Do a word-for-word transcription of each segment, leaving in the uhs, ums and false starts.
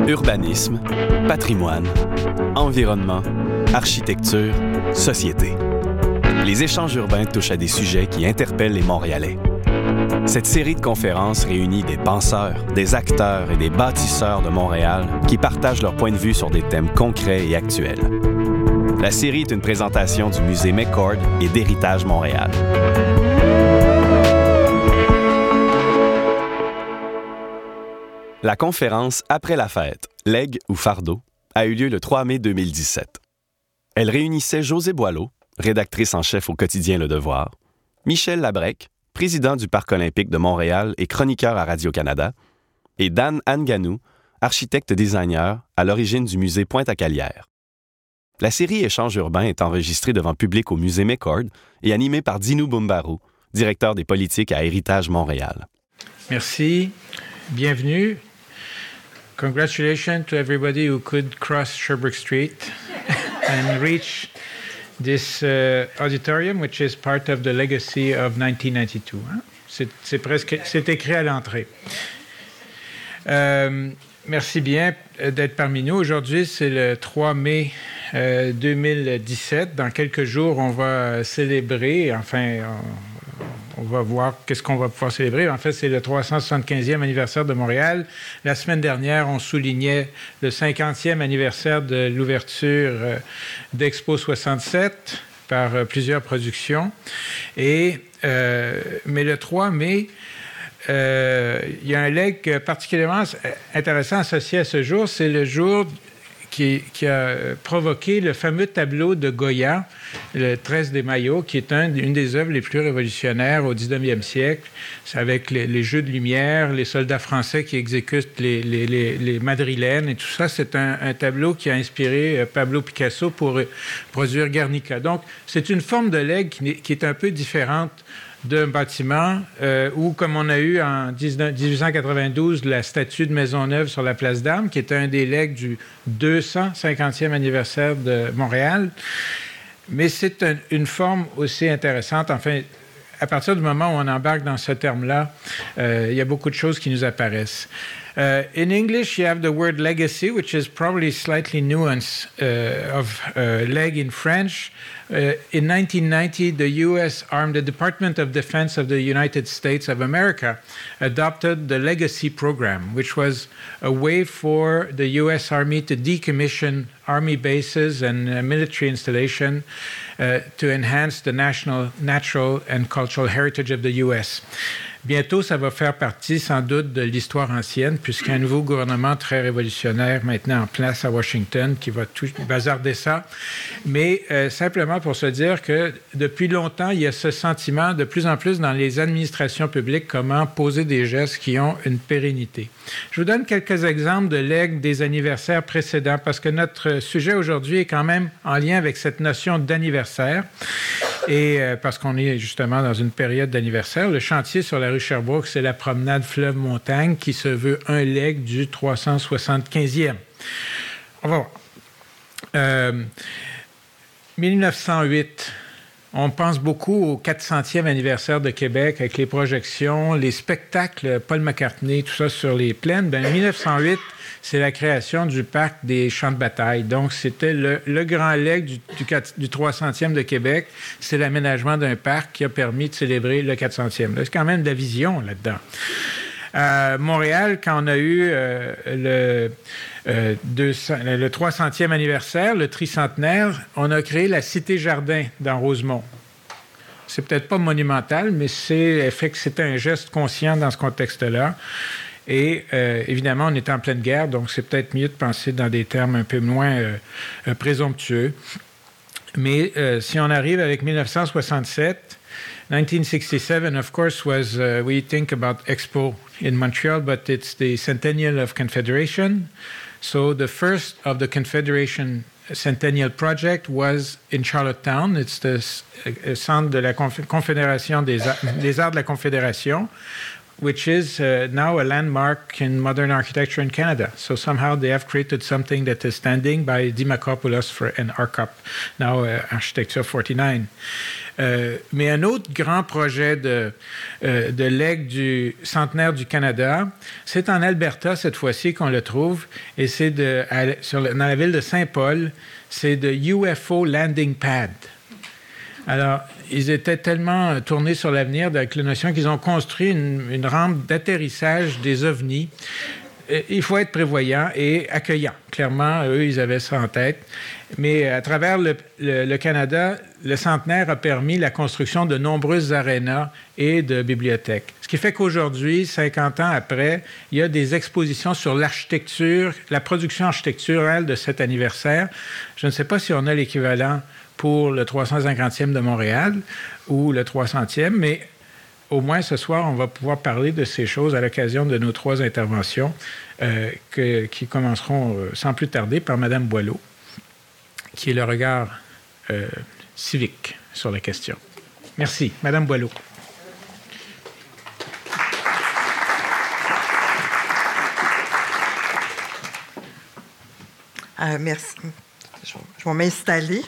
Urbanisme, patrimoine, environnement, architecture, société. Les échanges urbains touchent à des sujets qui interpellent les Montréalais. Cette série de conférences réunit des penseurs, des acteurs et des bâtisseurs de Montréal qui partagent leur point de vue sur des thèmes concrets et actuels. La série est une présentation du musée McCord et d'Héritage Montréal. La conférence Après la fête, legs ou fardeau, a eu lieu le trois mai deux mille dix-sept. Elle réunissait Josée Boileau, rédactrice en chef au quotidien Le Devoir, Michel Labrec, président du Parc olympique de Montréal et chroniqueur à Radio-Canada, et Dan Anganou, architecte-designer à l'origine du musée Pointe-à-Calière. La série Échanges urbains est enregistrée devant public au musée McCord et animée par Dinu Bumbaru, directeur des politiques à Héritage Montréal. Merci. Bienvenue. Congratulations to everybody who could cross Sherbrooke Street and reach this uh, auditorium, which is part of the legacy of nineteen ninety-two. Hein? C'est, c'est presque, c'est écrit à l'entrée. Euh, merci bien d'être parmi nous. Aujourd'hui, c'est le trois mai euh, deux mille dix-sept. Dans quelques jours, on va célébrer, enfin, on, on va voir qu'est-ce qu'on va pouvoir célébrer. En fait, c'est le trois cent soixante-quinzième anniversaire de Montréal. La semaine dernière, on soulignait le cinquantième anniversaire de l'ouverture euh, d'Expo soixante-sept par euh, plusieurs productions. Et, euh, mais le trois mai, euh, il y a un legs particulièrement intéressant associé à ce jour. C'est le jour qui, qui a provoqué le fameux tableau de Goya, le treize de Mayo, qui est un, une des œuvres les plus révolutionnaires au dix-neuvième siècle. C'est avec les, les jeux de lumière, les soldats français qui exécutent les, les, les, les madrilènes et tout ça. C'est un, un tableau qui a inspiré Pablo Picasso pour produire Guernica. Donc, c'est une forme de legs qui, qui est un peu différente d'un bâtiment euh, où, comme on a eu en dix-huit cent quatre-vingt-douze la statue de Maisonneuve sur la place d'Armes, qui est un des legs du deux cent cinquantième anniversaire de Montréal. Mais c'est un, une forme aussi intéressante. Enfin, à partir du moment où on embarque dans ce terme-là, euh, il y a beaucoup de choses qui nous apparaissent. Uh, in English, you have the word legacy, which is probably slightly nuanced uh, of uh, leg in French. Uh, in nineteen ninety, the U S Armed, the Department of Defense of the United States of America adopted the Legacy Program, which was a way for the U S Army to decommission Army bases and uh, military installation uh, to enhance the national, natural and cultural heritage of the U S Bientôt, ça va faire partie, sans doute, de l'histoire ancienne, puisqu'il y a un nouveau gouvernement très révolutionnaire maintenant en place à Washington qui va tout bazarder ça. Mais euh, simplement pour se dire que depuis longtemps, il y a ce sentiment de plus en plus dans les administrations publiques comment poser des gestes qui ont une pérennité. Je vous donne quelques exemples de legs des anniversaires précédents, parce que notre sujet aujourd'hui est quand même en lien avec cette notion d'anniversaire. Et euh, parce qu'on est justement dans une période d'anniversaire, le chantier sur la rue Sherbrooke, c'est la promenade fleuve-montagne qui se veut un legs du trois cent soixante-quinzième. On va voir. Euh, mille neuf cent huit, on pense beaucoup au quatre centième anniversaire de Québec avec les projections, les spectacles, Paul McCartney, tout ça sur les plaines. Bien, mille neuf cent huit, c'est la création du parc des champs de bataille. Donc, c'était le, le grand legs du, du, du trois centième de Québec. C'est l'aménagement d'un parc qui a permis de célébrer le quatre centième. Là, c'est quand même de la vision là-dedans. À Montréal, quand on a eu euh, le, euh, deux cents, le trois centième anniversaire, le tricentenaire, on a créé la Cité-Jardin dans Rosemont. C'est peut-être pas monumental, mais c'est, fait que c'était un geste conscient dans ce contexte-là. Et euh, évidemment, on est en pleine guerre, donc c'est peut-être mieux de penser dans des termes un peu moins euh, euh, présomptueux. Mais euh, si on arrive avec mille neuf cent soixante-sept, nineteen sixty-seven, of course, was, uh, we think about Expo in Montreal, but it's the centennial of Confederation. So the first of the Confederation Centennial Project was in Charlottetown. It's the uh, centre de la Conf- Confédération des, Ar- des Arts de la Confédération, which is uh, now a landmark in modern architecture in Canada. So somehow they have created something that is standing by Dimakopoulos for, and A R C O P, now uh, Architecture forty-nine. Euh, mais un autre grand projet de, euh, de legs du centenaire du Canada, c'est en Alberta cette fois-ci qu'on le trouve, et c'est de, à, sur le, dans la ville de Saint-Paul, c'est de U F O Landing Pad. Alors, ils étaient tellement tournés sur l'avenir avec la notion qu'ils ont construit une, une rampe d'atterrissage des ovnis. Il faut être prévoyant et accueillant. Clairement, eux, ils avaient ça en tête. Mais à travers le, le, le Canada, le centenaire a permis la construction de nombreuses arénas et de bibliothèques. Ce qui fait qu'aujourd'hui, cinquante ans après, il y a des expositions sur l'architecture, la production architecturale de cet anniversaire. Je ne sais pas si on a l'équivalent pour le trois cent cinquantième de Montréal ou le trois centième, mais au moins ce soir, on va pouvoir parler de ces choses à l'occasion de nos trois interventions euh, que, qui commenceront euh, sans plus tarder par Mme Boileau, qui est le regard euh, civique sur la question. Merci. Mme Boileau. Euh, merci. Je, je vais m'installer.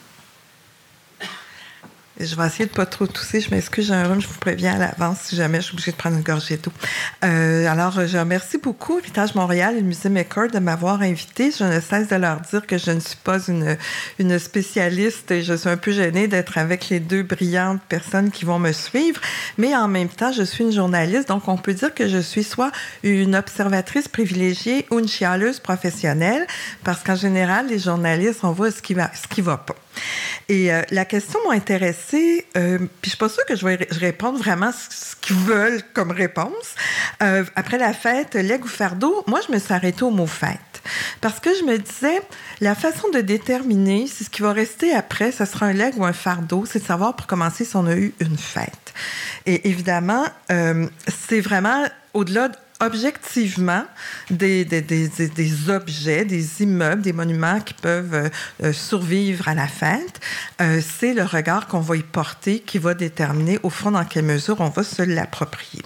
Je vais essayer de ne pas trop tousser. Je m'excuse, j'ai un rhume, je vous préviens à l'avance si jamais je suis obligée de prendre une gorgée d'eau. Euh, alors, je remercie beaucoup Héritage Montréal et le Musée McCord de m'avoir invitée. Je ne cesse de leur dire que je ne suis pas une, une spécialiste et je suis un peu gênée d'être avec les deux brillantes personnes qui vont me suivre. Mais en même temps, je suis une journaliste, donc on peut dire que je suis soit une observatrice privilégiée ou une chialeuse professionnelle, parce qu'en général, les journalistes, on voit ce qui va, ce qui va pas. Et euh, la question m'a intéressée, euh, puis je suis pas sûre que je vais je répondre vraiment ce qu'ils veulent comme réponse. Euh, après la fête, legs ou fardeau, moi, je me suis arrêtée au mot fête. Parce que je me disais, la façon de déterminer si ce qui va rester après, ce sera un leg ou un fardeau, c'est de savoir pour commencer si on a eu une fête. Et évidemment, euh, c'est vraiment au-delà de objectivement des, des, des, des objets, des immeubles, des monuments qui peuvent euh, survivre à la fête. Euh, c'est le regard qu'on va y porter qui va déterminer, au fond, dans quelle mesure on va se l'approprier.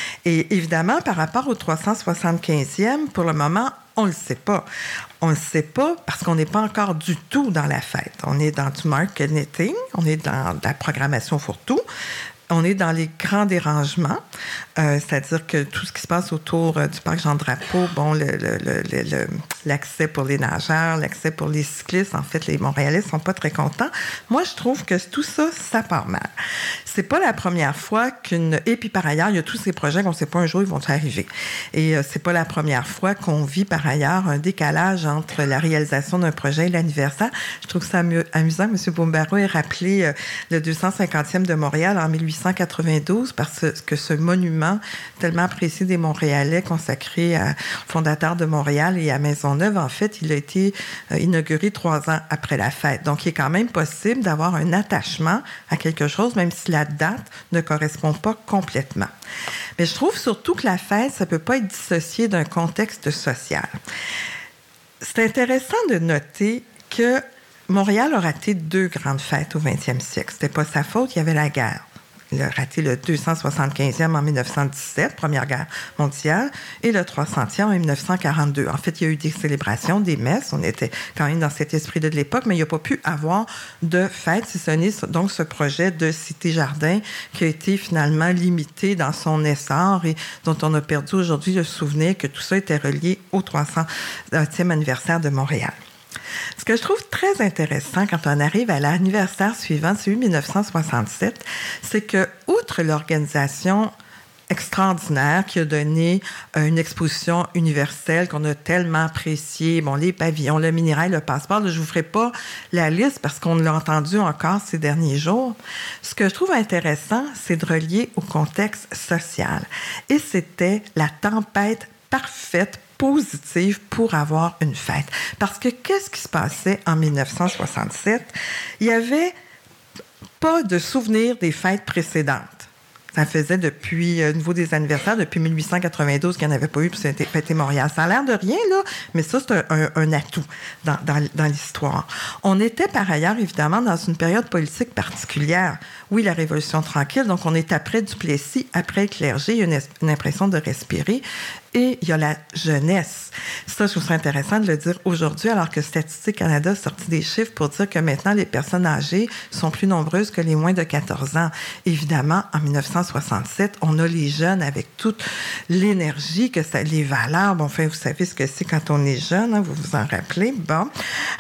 Et évidemment, par rapport au trois cent soixante-quinzième, pour le moment, on ne le sait pas. On ne le sait pas parce qu'on n'est pas encore du tout dans la fête. On est dans du marketing, on est dans de la programmation fourre-tout. On est dans les grands dérangements, euh, c'est-à-dire que tout ce qui se passe autour euh, du parc Jean-Drapeau, bon, le, le, le, le, l'accès pour les nageurs, l'accès pour les cyclistes, en fait, les Montréalais sont pas très contents. Moi, je trouve que tout ça, ça part mal. C'est pas la première fois qu'une... Et puis, par ailleurs, il y a tous ces projets qu'on ne sait pas un jour, ils vont arriver. Et euh, c'est pas la première fois qu'on vit, par ailleurs, un décalage entre la réalisation d'un projet et l'anniversaire. Je trouve ça amu- amusant. M. Boumbaro ait rappelé euh, le deux cent cinquantième de Montréal en mille huit cent quatre-vingt-douze parce que ce monument tellement apprécié des Montréalais consacré à fondateur de Montréal et à Maisonneuve, en fait, il a été inauguré trois ans après la fête. Donc, il est quand même possible d'avoir un attachement à quelque chose, même si la date ne correspond pas complètement. Mais je trouve surtout que la fête, ça ne peut pas être dissocié d'un contexte social. C'est intéressant de noter que Montréal a raté deux grandes fêtes au vingtième siècle. C'était pas sa faute, il y avait la guerre. Il a raté le deux cent soixante-quinzième en mille neuf cent dix-sept, Première Guerre mondiale, et le trois centième en mille neuf cent quarante-deux. En fait, il y a eu des célébrations, des messes. On était quand même dans cet esprit de l'époque, mais il n'y a pas pu avoir de fête, si ce n'est donc ce projet de Cité-Jardin qui a été finalement limité dans son essor et dont on a perdu aujourd'hui le souvenir que tout ça était relié au trois centième anniversaire de Montréal. Ce que je trouve très intéressant quand on arrive à l'anniversaire suivant, celui de mille neuf cent soixante-sept, c'est que, outre l'organisation extraordinaire qui a donné euh, une exposition universelle qu'on a tellement appréciée, bon, les pavillons, le minéral, le passeport, là, je ne vous ferai pas la liste parce qu'on l'a entendu encore ces derniers jours. Ce que je trouve intéressant, c'est de relier au contexte social. Et c'était la tempête parfaite positive pour avoir une fête. Parce que qu'est-ce qui se passait en mille neuf cent soixante-sept? Il n'y avait pas de souvenir des fêtes précédentes. Ça faisait depuis, au niveau des anniversaires, depuis mille huit cent quatre-vingt-douze qu'il n'y en avait pas eu, puis c'était fêté Montréal. Ça a l'air de rien, là, mais ça, c'est un, un, un atout dans, dans, dans l'histoire. On était, par ailleurs, évidemment, dans une période politique particulière. Oui, la Révolution tranquille, donc on est après Duplessis, après le clergé, il y a une, une impression de respirer. Et il y a la jeunesse. Ça, je trouve ça intéressant de le dire aujourd'hui, alors que Statistique Canada a sorti des chiffres pour dire que maintenant, les personnes âgées sont plus nombreuses que les moins de quatorze ans. Évidemment, en dix-neuf cent soixante-sept, on a les jeunes avec toute l'énergie, que ça, les valeurs. Bon, enfin, vous savez ce que c'est quand on est jeune, hein, vous vous en rappelez. Bon.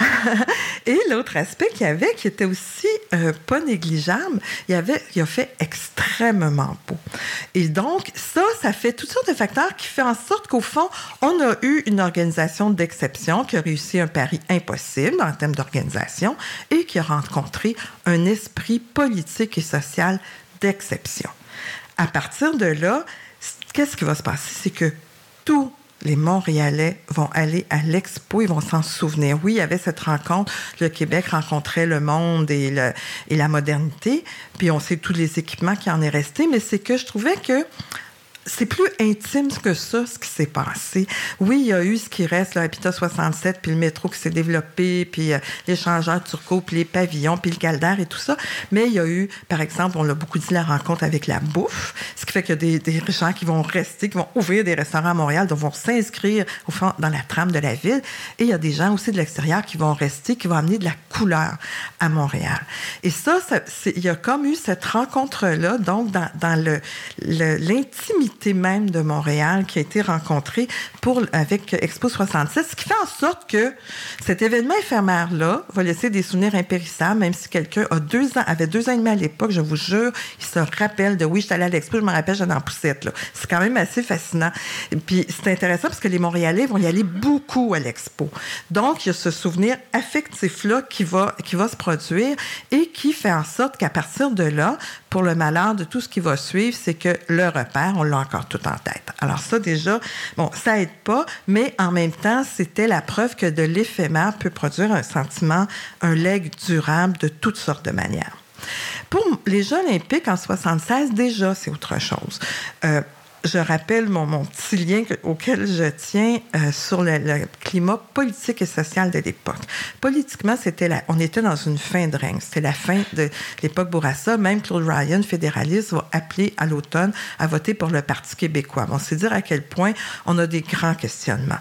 Et l'autre aspect qu'il y avait, qui était aussi euh, pas négligeable, il y avait, il a fait extrêmement beau. Et donc, ça, ça fait toutes sortes de facteurs qui font en sorte qu'au fond, on a eu une organisation d'exception qui a réussi un pari impossible en termes d'organisation et qui a rencontré un esprit politique et social d'exception. À partir de là, qu'est-ce qui va se passer? C'est que tous les Montréalais vont aller à l'Expo, ils vont s'en souvenir. Oui, il y avait cette rencontre, le Québec rencontrait le monde et, le, et la modernité, puis on sait tous les équipements qui en est resté, mais c'est que je trouvais que c'est plus intime que ça, ce qui s'est passé. Oui, il y a eu ce qui reste, le Habitat soixante-sept, puis le métro qui s'est développé, puis euh, l'échangeur turco, puis les pavillons, puis le caldaire et tout ça. Mais il y a eu, par exemple, on l'a beaucoup dit, la rencontre avec la bouffe, ce qui fait qu'il y a des, des gens qui vont rester, qui vont ouvrir des restaurants à Montréal, donc vont s'inscrire, au fond, dans la trame de la ville. Et il y a des gens aussi de l'extérieur qui vont rester, qui vont amener de la couleur à Montréal. Et ça, ça c'est, il y a comme eu cette rencontre-là, donc dans, dans le, le, l'intimité même de Montréal qui a été rencontré pour, avec Expo soixante-sept, ce qui fait en sorte que cet événement éphémère-là va laisser des souvenirs impérissables, même si quelqu'un a deux ans, avait deux ans et demi à l'époque, je vous jure, il se rappelle de oui, j'étais allée à l'Expo, je me rappelle, j'étais en poussette, là. C'est quand même assez fascinant. Puis c'est intéressant parce que les Montréalais vont y aller beaucoup à l'Expo. Donc, il y a ce souvenir affectif-là qui va, qui va se produire et qui fait en sorte qu'à partir de là, pour le malheur de tout ce qui va suivre, c'est que le repère, on l'a encore tout en tête. Alors ça, déjà, bon, ça aide pas, mais en même temps, c'était la preuve que de l'éphémère peut produire un sentiment, un legs durable de toutes sortes de manières. Pour les Jeux olympiques en soixante-seize, déjà, c'est autre chose. Euh, Je rappelle mon, mon petit lien que, auquel je tiens euh, sur le, le climat politique et social de l'époque. Politiquement, c'était la, on était dans une fin de règne. C'était la fin de l'époque Bourassa. Même Claude Ryan, fédéraliste, va appeler à l'automne à voter pour le Parti québécois. Bon, c'est dire à quel point on a des grands questionnements.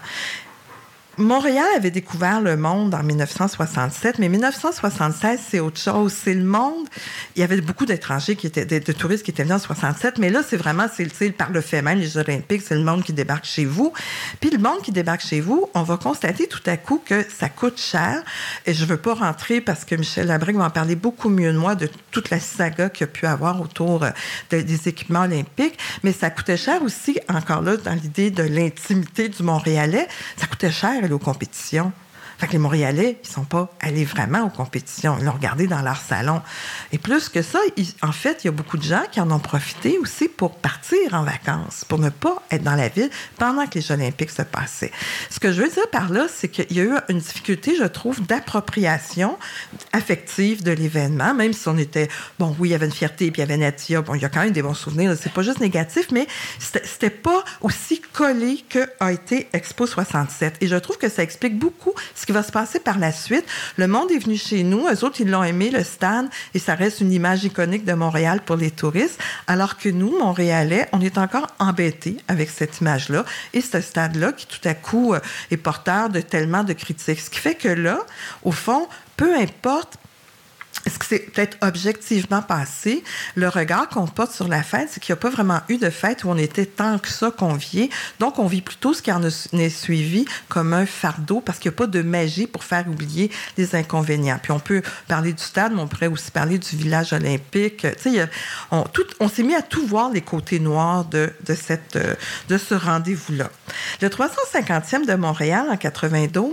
Montréal avait découvert le monde en dix-neuf cent soixante-sept, mais dix-neuf cent soixante-seize, c'est autre chose. C'est le monde. Il y avait beaucoup d'étrangers, qui étaient, de, de touristes qui étaient venus en soixante-sept, mais là, c'est vraiment, c'est, c'est par le fait même, les Jeux olympiques, c'est le monde qui débarque chez vous. Puis le monde qui débarque chez vous, on va constater tout à coup que ça coûte cher. Et je veux pas rentrer parce que Michel Labrègue va en parler beaucoup mieux de moi de toute la saga qu'il y a pu avoir autour de, des équipements olympiques. Mais ça coûtait cher aussi, encore là, dans l'idée de l'intimité du Montréalais, ça coûtait cher aux compétitions. Fait que les Montréalais, ils sont pas allés vraiment aux compétitions. Ils l'ont regardé dans leur salon. Et plus que ça, ils, en fait, il y a beaucoup de gens qui en ont profité aussi pour partir en vacances, pour ne pas être dans la ville pendant que les Jeux olympiques se passaient. Ce que je veux dire par là, c'est qu'il y a eu une difficulté, je trouve, d'appropriation affective de l'événement, même si on était... Bon, oui, il y avait une fierté, puis il y avait Natia. Bon, il y a quand même des bons souvenirs. Là, c'est pas juste négatif, mais c'était, c'était pas aussi collé que a été Expo soixante-sept. Et je trouve que ça explique beaucoup ce qui va se passer par la suite. Le monde est venu chez nous. Eux autres, ils l'ont aimé, le stade, et ça reste une image iconique de Montréal pour les touristes, alors que nous, Montréalais, on est encore embêtés avec cette image-là et ce stade-là qui, tout à coup, est porteur de tellement de critiques. Ce qui fait que là, au fond, peu importe ce qui s'est peut-être objectivement passé, le regard qu'on porte sur la fête, c'est qu'il n'y a pas vraiment eu de fête où on était tant que ça conviés. Donc, on vit plutôt ce qui en est suivi comme un fardeau parce qu'il n'y a pas de magie pour faire oublier les inconvénients. Puis, on peut parler du stade, mais on pourrait aussi parler du village olympique. Tu sais, on, tout, on s'est mis à tout voir les côtés noirs de, de, cette, de ce rendez-vous-là. Le trois cent cinquantième de Montréal, en quatre-vingt-douze,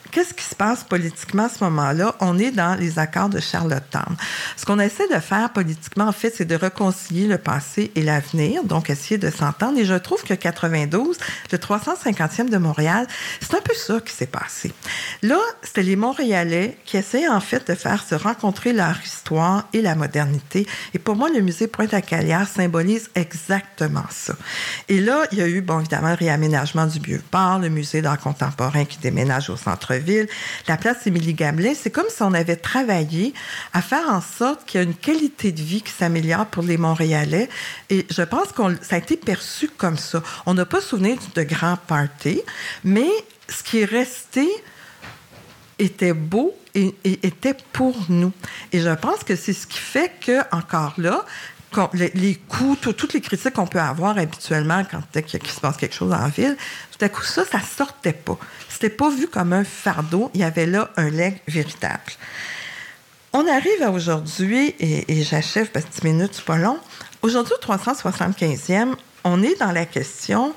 qu'est-ce qui se passe politiquement à ce moment-là? On est dans les accords de Charlottetown. Ce qu'on essaie de faire politiquement, en fait, c'est de réconcilier le passé et l'avenir, donc essayer de s'entendre. Et je trouve que quatre-vingt-douze, le trois cent cinquantième de Montréal, c'est un peu ça qui s'est passé. Là, c'était les Montréalais qui essayaient en fait de faire se rencontrer leur histoire et la modernité. Et pour moi, le musée Pointe-à-Calière symbolise exactement ça. Et là, il y a eu, bon, évidemment, le réaménagement du Vieux-Port, le musée d'art contemporain qui déménage au centre-ville, la place Émilie-Gamelin. C'est comme si on avait travaillé à faire en sorte qu'il y a une qualité de vie qui s'améliore pour les Montréalais. Et je pense que ça a été perçu comme ça. On n'a pas souvenir de grands parties, mais ce qui est resté était beau et, et était pour nous. Et je pense que c'est ce qui fait que, encore là, les, les coups, tout, toutes les critiques qu'on peut avoir habituellement quand dès qu'il se passe quelque chose en ville, tout à coup, ça, ça sortait pas. C'était pas vu comme un fardeau. Il y avait là un legs véritable. On arrive à aujourd'hui, et, et j'achève parce que dix minutes, c'est pas long. Aujourd'hui, au trois cent soixante-quinzième, on est dans la question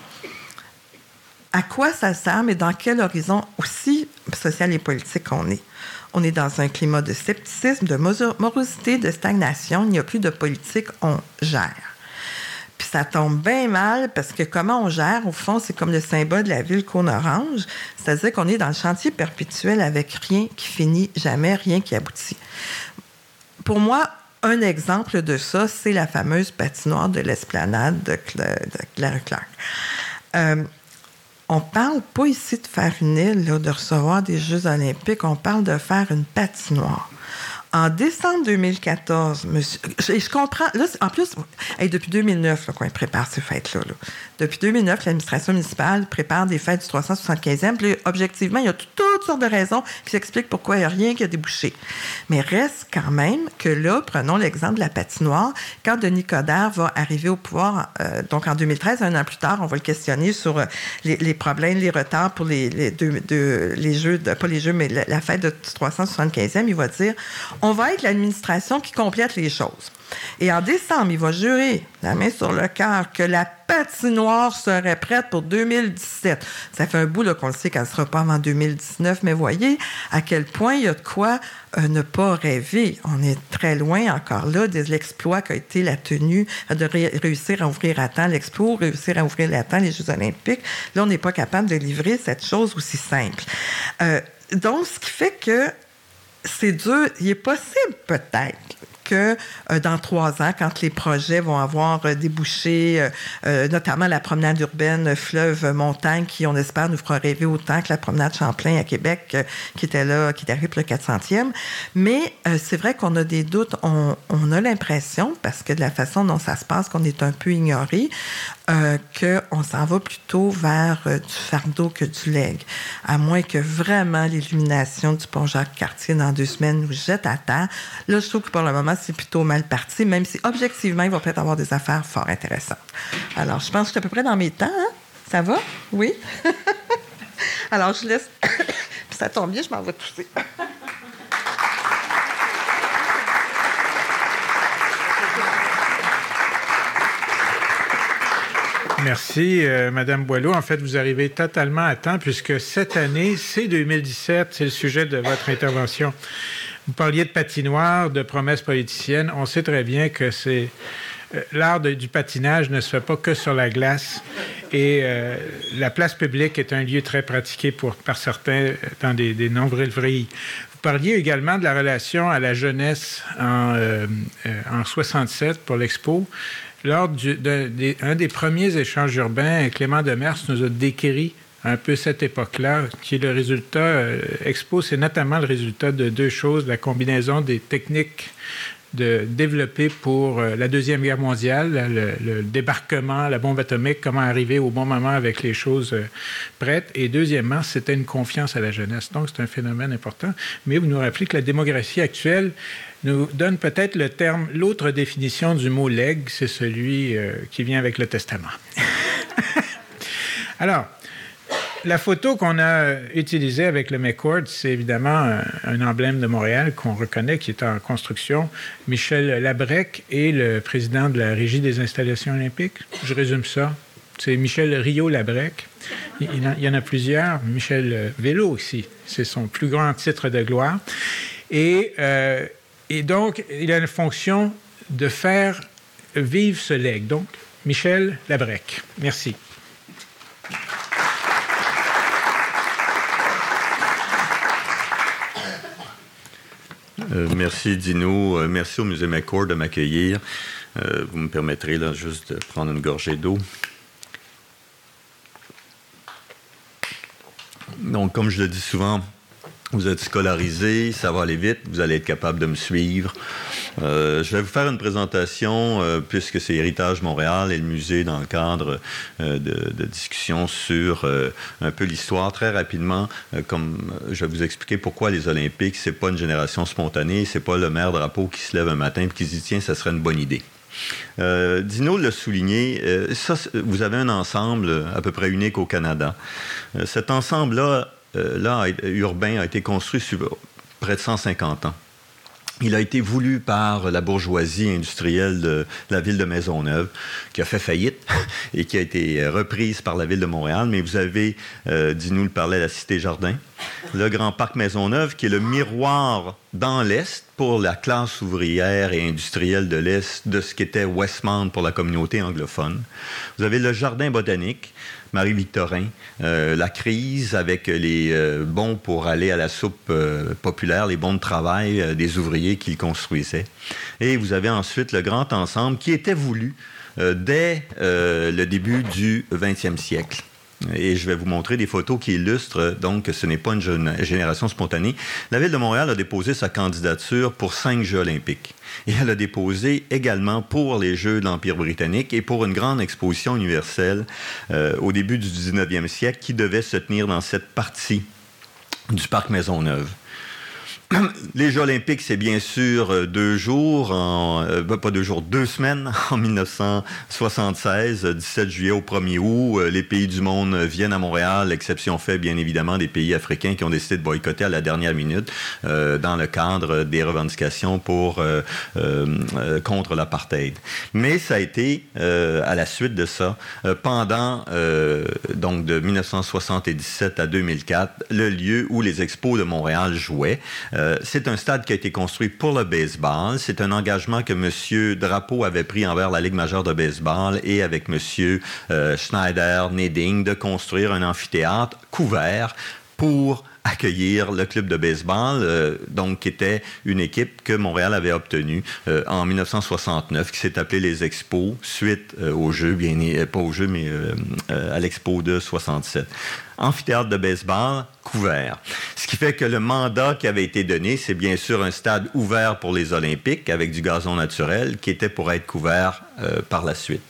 à quoi ça sert, mais dans quel horizon aussi social et politique on est. On est dans un climat de scepticisme, de morosité, de stagnation. Il n'y a plus de politique, on gère. Puis ça tombe bien mal parce que comment on gère, au fond, c'est comme le symbole de la ville Cône-Orange. C'est-à-dire qu'on est dans le chantier perpétuel avec rien qui finit jamais, rien qui aboutit. Pour moi, un exemple de ça, c'est la fameuse patinoire de l'Esplanade de, Cla- de Claire Clark. Euh, On parle pas ici de faire une île, là, de recevoir des Jeux olympiques. On parle de faire une patinoire. En décembre deux mille quatorze, monsieur, je, je comprends, là, en plus, hey, depuis deux mille neuf là, qu'on prépare ces fêtes-là. Là. Depuis deux mille neuf, l'administration municipale prépare des fêtes du trois cent soixante-quinzième. Puis, objectivement, il y a toutes sortes de raisons qui s'expliquent pourquoi il n'y a rien qui a débouché. Mais reste quand même que là, prenons l'exemple de la patinoire. Quand Denis Coderre va arriver au pouvoir, euh, donc en deux mille treize, un an plus tard, on va le questionner sur euh, les, les problèmes, les retards pour les, les, deux, deux, les Jeux, de, pas les Jeux, mais la, la fête du trois cent soixante-quinzième. Il va dire... On va être l'administration qui complète les choses. Et en décembre, il va jurer, la main sur le cœur, que la patinoire serait prête pour deux mille dix-sept. Ça fait un bout là, qu'on le sait qu'elle ne sera pas avant deux mille dix-neuf, mais voyez à quel point il y a de quoi euh, ne pas rêver. On est très loin encore là de l'exploit qu'a été la tenue, de ré- réussir à ouvrir à temps l'expo, réussir à ouvrir à temps les Jeux olympiques. Là, on n'est pas capable de livrer cette chose aussi simple. Euh, donc, ce qui fait que c'est dur. Il est possible, peut-être, que euh, dans trois ans, quand les projets vont avoir euh, débouché, euh, euh, notamment la promenade urbaine fleuve-montagne, qui, on espère, nous fera rêver autant que la promenade Champlain à Québec, euh, qui était là, qui est arrivée pour le quatre centième. Mais euh, c'est vrai qu'on a des doutes. On, on a l'impression, parce que de la façon dont ça se passe, qu'on est un peu ignoré, euh, qu'on s'en va plutôt vers euh, du fardeau que du legs. À moins que vraiment l'illumination du pont Jacques-Cartier dans deux semaines nous jette à terre. Là, je trouve que pour le moment, c'est plutôt mal parti, même si objectivement, il va peut-être avoir des affaires fort intéressantes. Alors, je pense que je suis à peu près dans mes temps. Hein? Ça va? Oui? Alors, je laisse... Puis ça tombe bien, je m'en vais tousser. Merci, euh, Madame Boileau. En fait, vous arrivez totalement à temps puisque cette année, c'est deux mille dix-sept, c'est le sujet de votre intervention. Vous parliez de patinoire, de promesses politiciennes. On sait très bien que c'est euh, l'art de, du patinage ne se fait pas que sur la glace. Et euh, la place publique est un lieu très pratiqué pour, par certains dans des, des nombreuses vrilles. Vous parliez également de la relation à la jeunesse en, euh, euh, en soixante-sept pour l'Expo. Lors du, de, de, un des premiers échanges urbains, Clément Demers nous a décrit un peu cette époque-là, qui est le résultat, euh, Expo, c'est notamment le résultat de deux choses, la combinaison des techniques de, développées pour euh, la Deuxième Guerre mondiale, le, le débarquement, la bombe atomique, comment arriver au bon moment avec les choses euh, prêtes, et deuxièmement, c'était une confiance à la jeunesse. Donc, c'est un phénomène important. Mais vous nous rappelez que la démographie actuelle nous donne peut-être le terme, l'autre définition du mot « legs », c'est celui euh, qui vient avec le testament. Alors, la photo qu'on a utilisée avec le McCord, c'est évidemment un, un emblème de Montréal qu'on reconnaît, qui est en construction. Michel Labrec est le président de la Régie des installations olympiques. Je résume ça. C'est Michel Rio Labrec. il y en a plusieurs. Michel Vélo aussi, c'est son plus grand titre de gloire. Et, euh, et donc, il a une fonction de faire vivre ce legs. Donc, Michel Labrec. Merci. Euh, merci Dino, euh, merci au Musée McCord de m'accueillir. Euh, vous me permettrez là juste de prendre une gorgée d'eau. Donc, comme je le dis souvent, vous êtes scolarisé, ça va aller vite, vous allez être capable de me suivre. Euh, je vais vous faire une présentation, euh, puisque c'est Héritage Montréal et le musée dans le cadre euh, de, de discussions sur euh, un peu l'histoire. Très rapidement, euh, comme je vais vous expliquer pourquoi les Olympiques, c'est pas une génération spontanée, c'est pas le maire Drapeau qui se lève un matin et qui se dit « Tiens, ça serait une bonne idée ». Euh, Dino l'a souligné, euh, ça, vous avez un ensemble à peu près unique au Canada. Euh, cet ensemble-là, euh, là, urbain, a été construit sur près de cent cinquante ans. Il a été voulu par la bourgeoisie industrielle de la ville de Maisonneuve, qui a fait faillite et qui a été reprise par la ville de Montréal. Mais vous avez, euh, Dino le parlait, la Cité-Jardin, le Grand Parc Maisonneuve, qui est le miroir dans l'Est pour la classe ouvrière et industrielle de l'Est de ce qu'était Westmount pour la communauté anglophone. Vous avez le Jardin botanique, Marie-Victorin, euh, la crise avec les euh, bons pour aller à la soupe euh, populaire, les bons de travail euh, des ouvriers qui le construisaient. Et vous avez ensuite le grand ensemble qui était voulu euh, dès euh, le début du vingtième siècle. Et je vais vous montrer des photos qui illustrent donc que ce n'est pas une génération spontanée. La Ville de Montréal a déposé sa candidature pour cinq Jeux olympiques. Et elle a déposé également pour les Jeux de l'Empire britannique et pour une grande exposition universelle euh, au début du dix-neuvième siècle qui devait se tenir dans cette partie du parc Maisonneuve. Les Jeux olympiques, c'est bien sûr deux jours, en, euh, pas deux jours, deux semaines en mille neuf cent soixante-seize, dix-sept juillet au premier août. Les pays du monde viennent à Montréal, exception fait bien évidemment des pays africains qui ont décidé de boycotter à la dernière minute euh, dans le cadre des revendications pour, euh, euh, contre l'apartheid. Mais ça a été, euh, à la suite de ça, euh, pendant euh, donc de mille neuf cent soixante-dix-sept à deux mille quatre, le lieu où les Expos de Montréal jouaient. Euh, c'est un stade qui a été construit pour le baseball. C'est un engagement que M. Drapeau avait pris envers la Ligue majeure de baseball et avec M. Euh, Schneider-Neding de construire un amphithéâtre couvert pour accueillir le club de baseball, euh, donc qui était une équipe que Montréal avait obtenue euh, en mille neuf cent soixante-neuf, qui s'est appelée les Expos, suite euh, aux Jeux, bien euh, pas aux Jeux, mais euh, euh, à l'Expo de soixante-sept. Amphithéâtre de baseball couvert. Ce qui fait que le mandat qui avait été donné, c'est bien sûr un stade ouvert pour les Olympiques avec du gazon naturel qui était pour être couvert euh, par la suite.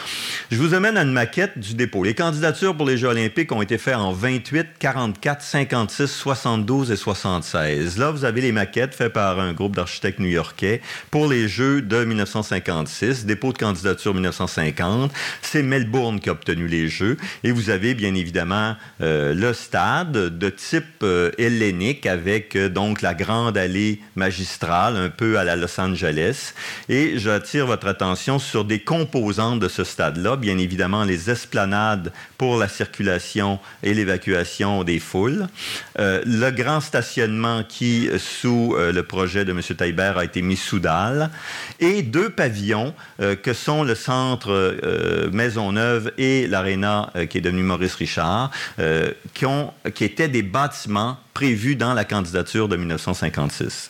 Je vous amène à une maquette du dépôt. Les candidatures pour les Jeux olympiques ont été faites en vingt-huit, quarante-quatre, cinquante-six, soixante-douze et soixante-seize. Là, vous avez les maquettes faites par un groupe d'architectes new-yorkais pour les Jeux de mille neuf cent cinquante-six. Dépôt de candidature mille neuf cent cinquante. C'est Melbourne qui a obtenu les Jeux. Et vous avez bien évidemment euh, le stade de type euh, hellénique avec euh, donc la grande allée magistrale, un peu à la Los Angeles. Et j'attire votre attention sur des composantes de ce stade-là. Bien évidemment, les esplanades pour la circulation et l'évacuation des foules. Euh, le grand stationnement qui, sous euh, le projet de M. Taillibert, a été mis sous dalle. Et deux pavillons euh, que sont le centre euh, Maisonneuve et l'aréna euh, qui est devenu Maurice Richard, euh, qui, ont, qui étaient des bâtiments prévus dans la candidature de mille neuf cent cinquante-six.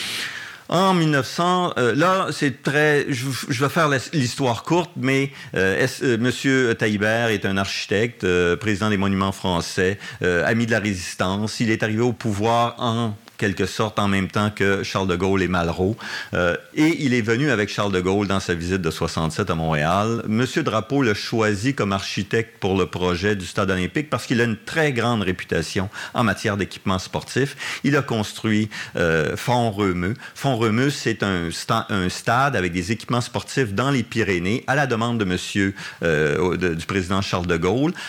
En mille neuf cents, euh, là, c'est très... Je, je vais faire l'histoire courte, mais euh, est, euh, M. Taillibert est un architecte, euh, président des Monuments français, euh, ami de la Résistance. Il est arrivé au pouvoir en quelque sorte en même temps que Charles de Gaulle et Malraux. Euh, et il est venu avec Charles de Gaulle dans sa visite de soixante-sept à Montréal. Monsieur Drapeau l'a choisi comme architecte pour le projet du Stade olympique parce qu'il a une très grande réputation en matière d'équipement sportif. Il a construit euh, Font-Romeu. Font-Romeu, c'est un, sta- un stade avec des équipements sportifs dans les Pyrénées à la demande de monsieur, euh, de, du président Charles de Gaulle.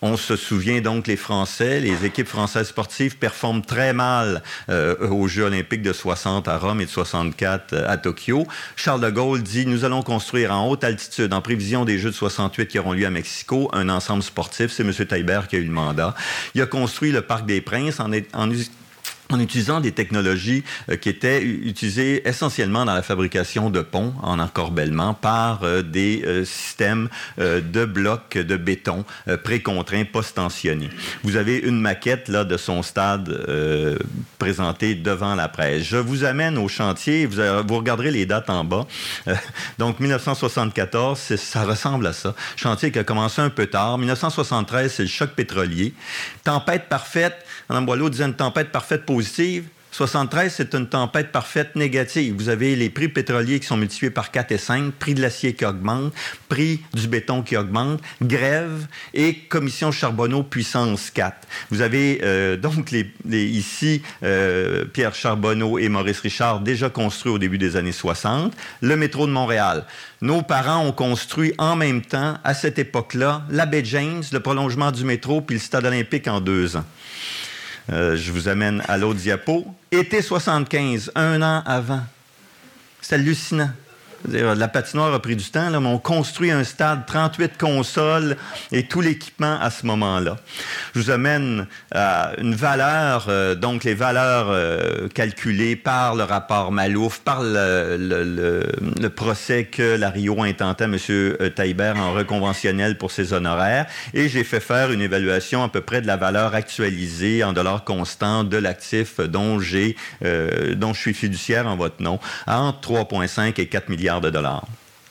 On se souvient donc, les Français, les équipes françaises sportives performent très mal euh, aux Jeux olympiques de soixante à Rome et de soixante-quatre à Tokyo. Charles de Gaulle dit « Nous allons construire en haute altitude, en prévision des Jeux de soixante-huit qui auront lieu à Mexico, un ensemble sportif. » C'est M. Taillibert qui a eu le mandat. Il a construit le Parc des Princes en, en en utilisant des technologies euh, qui étaient utilisées essentiellement dans la fabrication de ponts en encorbellement par euh, des euh, systèmes euh, de blocs de béton euh, précontraints, post-tensionnés. Vous avez une maquette là, de son stade euh, présentée devant la presse. Je vous amène au chantier, vous, vous regarderez les dates en bas. Euh, donc, dix-neuf cent soixante-quatorze, ça ressemble à ça. Chantier qui a commencé un peu tard. dix-neuf cent soixante-treize, c'est le choc pétrolier. Tempête parfaite. Mme Boileau disait une tempête parfaite positive. soixante-treize, c'est une tempête parfaite négative. Vous avez les prix pétroliers qui sont multipliés par quatre et cinq, prix de l'acier qui augmente, prix du béton qui augmente, grève et commission Charbonneau puissance quatre. Vous avez euh, donc les, les, ici euh, Pierre Charbonneau et Maurice Richard déjà construits au début des années soixante. Le métro de Montréal. Nos parents ont construit en même temps, à cette époque-là, la baie James, le prolongement du métro puis le stade olympique en deux ans. Euh, je vous amène à l'autre diapo. Été soixante-quinze, un an avant. C'est hallucinant. C'est-à-dire, la patinoire a pris du temps, là, mais on construit un stade, trente-huit consoles et tout l'équipement à ce moment-là. Je vous amène à une valeur, euh, donc les valeurs euh, calculées par le rapport Malouf, par le, le, le, le procès que la Rio intentait à M. Taillibert en reconventionnel pour ses honoraires. Et j'ai fait faire une évaluation à peu près de la valeur actualisée en dollars constants de l'actif dont j'ai, euh, dont je suis fiduciaire en votre nom, entre trois virgule cinq et quatre milliards de dollars.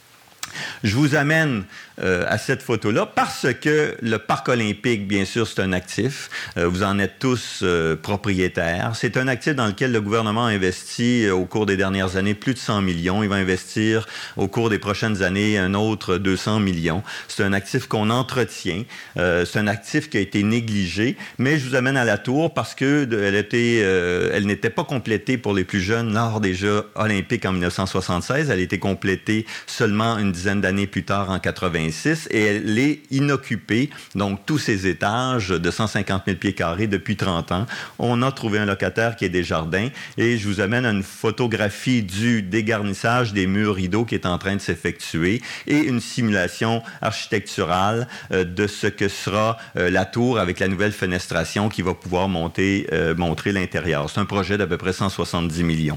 Je vous amène euh, à cette photo-là parce que le Parc olympique, bien sûr, c'est un actif. Euh, vous en êtes tous euh, propriétaires. C'est un actif dans lequel le gouvernement a investi euh, au cours des dernières années plus de cent millions. Il va investir au cours des prochaines années un autre deux cents millions. C'est un actif qu'on entretient. Euh, c'est un actif qui a été négligé. Mais je vous amène à la tour parce que de, elle, était, euh, elle n'était pas complétée pour les plus jeunes lors des Jeux olympiques en dix-neuf cent soixante-seize. Elle a été complétée seulement une dizaine d'années plus tard en quatre-vingt-six et elle est inoccupée, donc tous ces étages de cent cinquante mille pieds carrés depuis trente ans. On a trouvé un locataire qui est Desjardins et je vous amène à une photographie du dégarnissage des murs rideaux qui est en train de s'effectuer et une simulation architecturale euh, de ce que sera euh, la tour avec la nouvelle fenestration qui va pouvoir monter, euh, montrer l'intérieur. C'est un projet d'à peu près cent soixante-dix millions.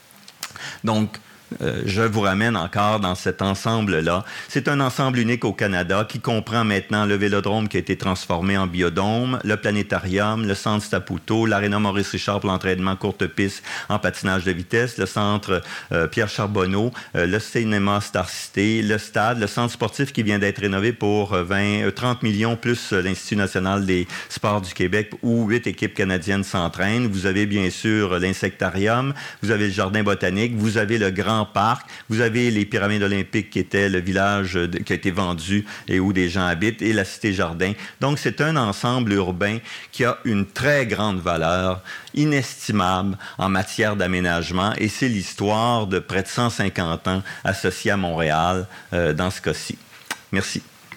Donc, Euh, je vous ramène encore dans cet ensemble-là. C'est un ensemble unique au Canada qui comprend maintenant le vélodrome qui a été transformé en biodôme, le planétarium, le centre Saputo, l'aréna Maurice Richard pour l'entraînement courte piste en patinage de vitesse, le centre euh, Pierre Charbonneau, euh, le cinéma Star Cité, le stade, le centre sportif qui vient d'être rénové pour vingt, trente millions plus l'Institut national des sports du Québec où huit équipes canadiennes s'entraînent. Vous avez bien sûr l'insectarium, vous avez le jardin botanique, vous avez le grand parc. Vous avez les pyramides olympiques qui étaient le village de, qui a été vendu et où des gens habitent et la cité jardin. Donc, c'est un ensemble urbain qui a une très grande valeur, inestimable en matière d'aménagement et c'est l'histoire de près de cent cinquante ans associée à Montréal euh, dans ce cas-ci. Merci.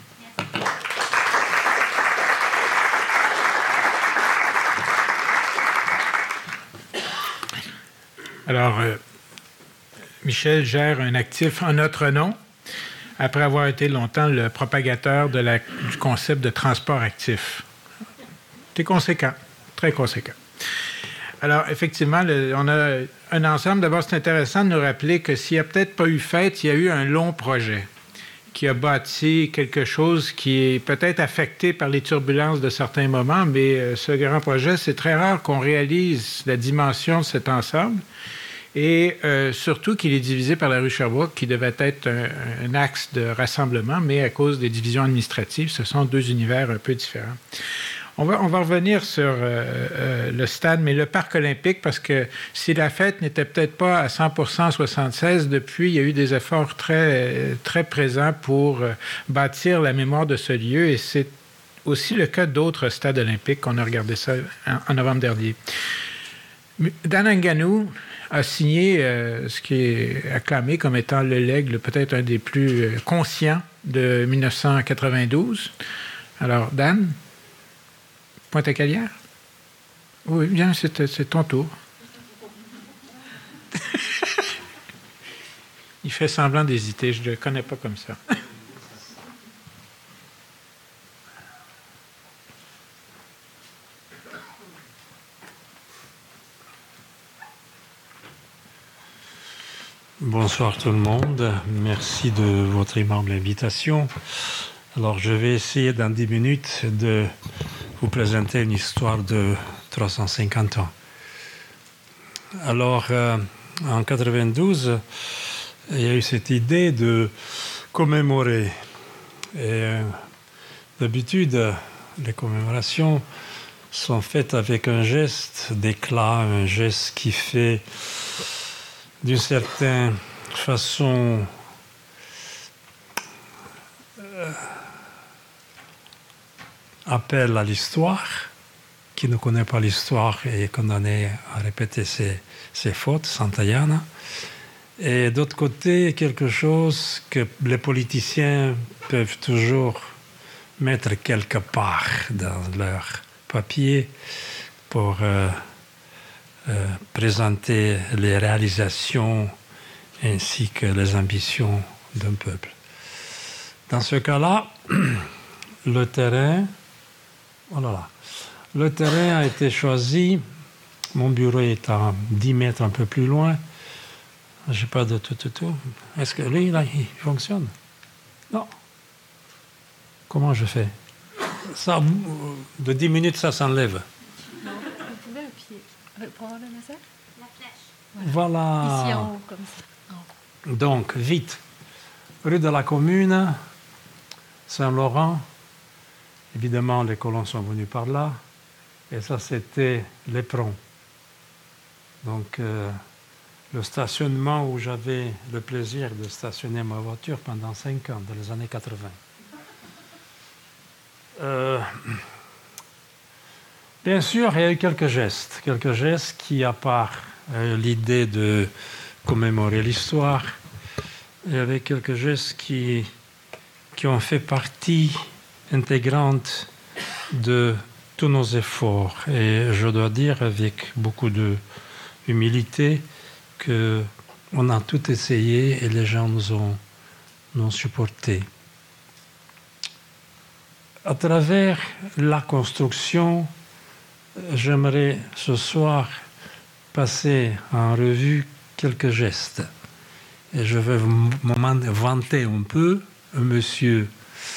Alors, euh, Michel gère un actif en notre nom, après avoir été longtemps le propagateur de la, du concept de transport actif. C'est conséquent, très conséquent. Alors, effectivement, le, on a un ensemble. D'abord, c'est intéressant de nous rappeler que s'il n'y a peut-être pas eu fête, il y a eu un long projet qui a bâti quelque chose qui est peut-être affecté par les turbulences de certains moments, mais euh, ce grand projet, c'est très rare qu'on réalise la dimension de cet ensemble. Et euh, surtout qu'il est divisé par la rue Sherbrooke, qui devait être un, un axe de rassemblement, mais à cause des divisions administratives, ce sont deux univers un peu différents. On va, on va revenir sur euh, euh, le stade, mais le parc olympique, parce que si la fête n'était peut-être pas à cent pour cent en soixante-seize, depuis, il y a eu des efforts très, très présents pour euh, bâtir la mémoire de ce lieu, et c'est aussi le cas d'autres stades olympiques. On a regardé ça en, en novembre dernier. Dan Ngannou a signé euh, ce qui est acclamé comme étant le legs, peut-être un des plus euh, conscients de dix-neuf cent quatre-vingt-douze. Alors, Dan? Pointe-à-Calière? Oui, bien, c'est, c'est ton tour. Il fait semblant d'hésiter, je ne le connais pas comme ça. Bonsoir tout le monde, merci de votre aimable invitation. Alors je vais essayer dans dix minutes de vous présenter une histoire de trois cent cinquante ans. Alors euh, en quatre-vingt-douze, il y a eu cette idée de commémorer. Et euh, d'habitude, les commémorations sont faites avec un geste d'éclat, un geste qui fait d'une certaine façon euh, appel à l'histoire. Qui ne connaît pas l'histoire est condamné à répéter ses, ses fautes, Santayana. Et d'autre côté, quelque chose que les politiciens peuvent toujours mettre quelque part dans leur papier pour euh, Euh, présenter les réalisations ainsi que les ambitions d'un peuple. Dans ce cas-là, le terrain, oh là là, le terrain a été choisi. Mon bureau est à dix mètres un peu plus loin. Je n'ai pas de tout, tout, tout. Est-ce que lui, là, il fonctionne? Non. Comment je fais? Ça, de dix minutes, ça s'enlève. Pour avoir le laser? La flèche. Voilà. Ici en haut, comme ça. En haut. Donc, vite. Rue de la Commune, Saint-Laurent. Évidemment, les colons sont venus par là. Et ça, c'était l'Éperon. Donc, euh, le stationnement où j'avais le plaisir de stationner ma voiture pendant cinq ans, dans les années quatre-vingt. Euh, Bien sûr, il y a eu quelques gestes, quelques gestes qui, à part euh, l'idée de commémorer l'histoire, il y avait quelques gestes qui, qui ont fait partie intégrante de tous nos efforts. Et je dois dire avec beaucoup d'humilité qu'on a tout essayé et les gens nous ont, nous ont supportés. À travers la construction, j'aimerais ce soir passer en revue quelques gestes. Et je vais me vanter un peu un monsieur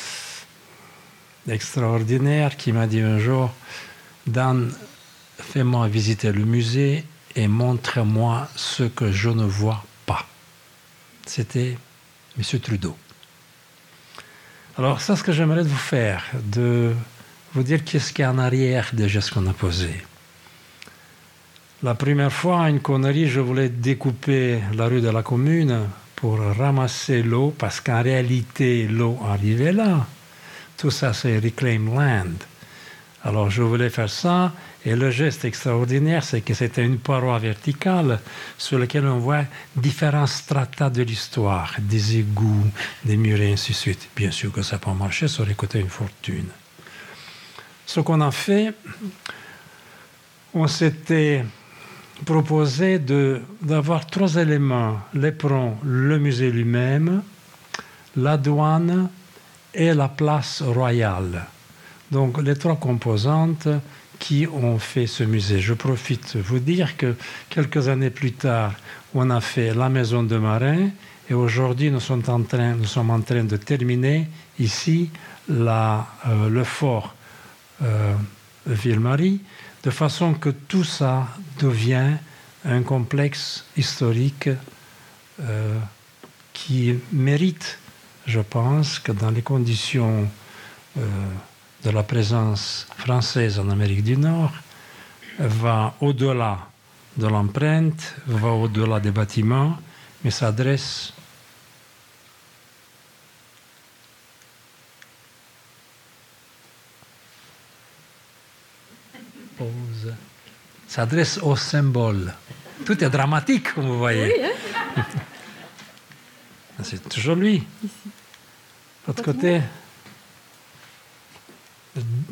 extraordinaire qui m'a dit un jour, Dan, fais-moi visiter le musée et montre-moi ce que je ne vois pas. C'était M. Trudeau. Alors ça, ce que j'aimerais vous faire, de vous dire qu'est-ce qu'il y a en arrière des gestes qu'on a posés. La première fois, à une connerie, je voulais découper la rue de la Commune pour ramasser l'eau, parce qu'en réalité, l'eau arrivait là. Tout ça, c'est Reclaim Land. Alors, je voulais faire ça, et le geste extraordinaire, c'est que c'était une paroi verticale sur laquelle on voit différents strata de l'histoire, des égouts, des murs et ainsi de suite. Bien sûr que ça n'a pas marché, ça aurait coûté une fortune. Ce qu'on a fait, on s'était proposé de, d'avoir trois éléments, l'Éperon, le musée lui-même, la douane et la place royale. Donc les trois composantes qui ont fait ce musée. Je profite de vous dire que quelques années plus tard, on a fait la maison de Marin et aujourd'hui nous sommes en train, nous sommes en train de terminer ici la, euh, le fort Euh, Ville-Marie, de façon que tout ça devient un complexe historique euh, qui mérite, je pense, que dans les conditions euh, de la présence française en Amérique du Nord, va au-delà de l'empreinte, va au-delà des bâtiments, mais s'adresse s'adresse au symbole. Tout est dramatique, comme vous voyez. Oui, hein? C'est toujours lui. L'autre côté,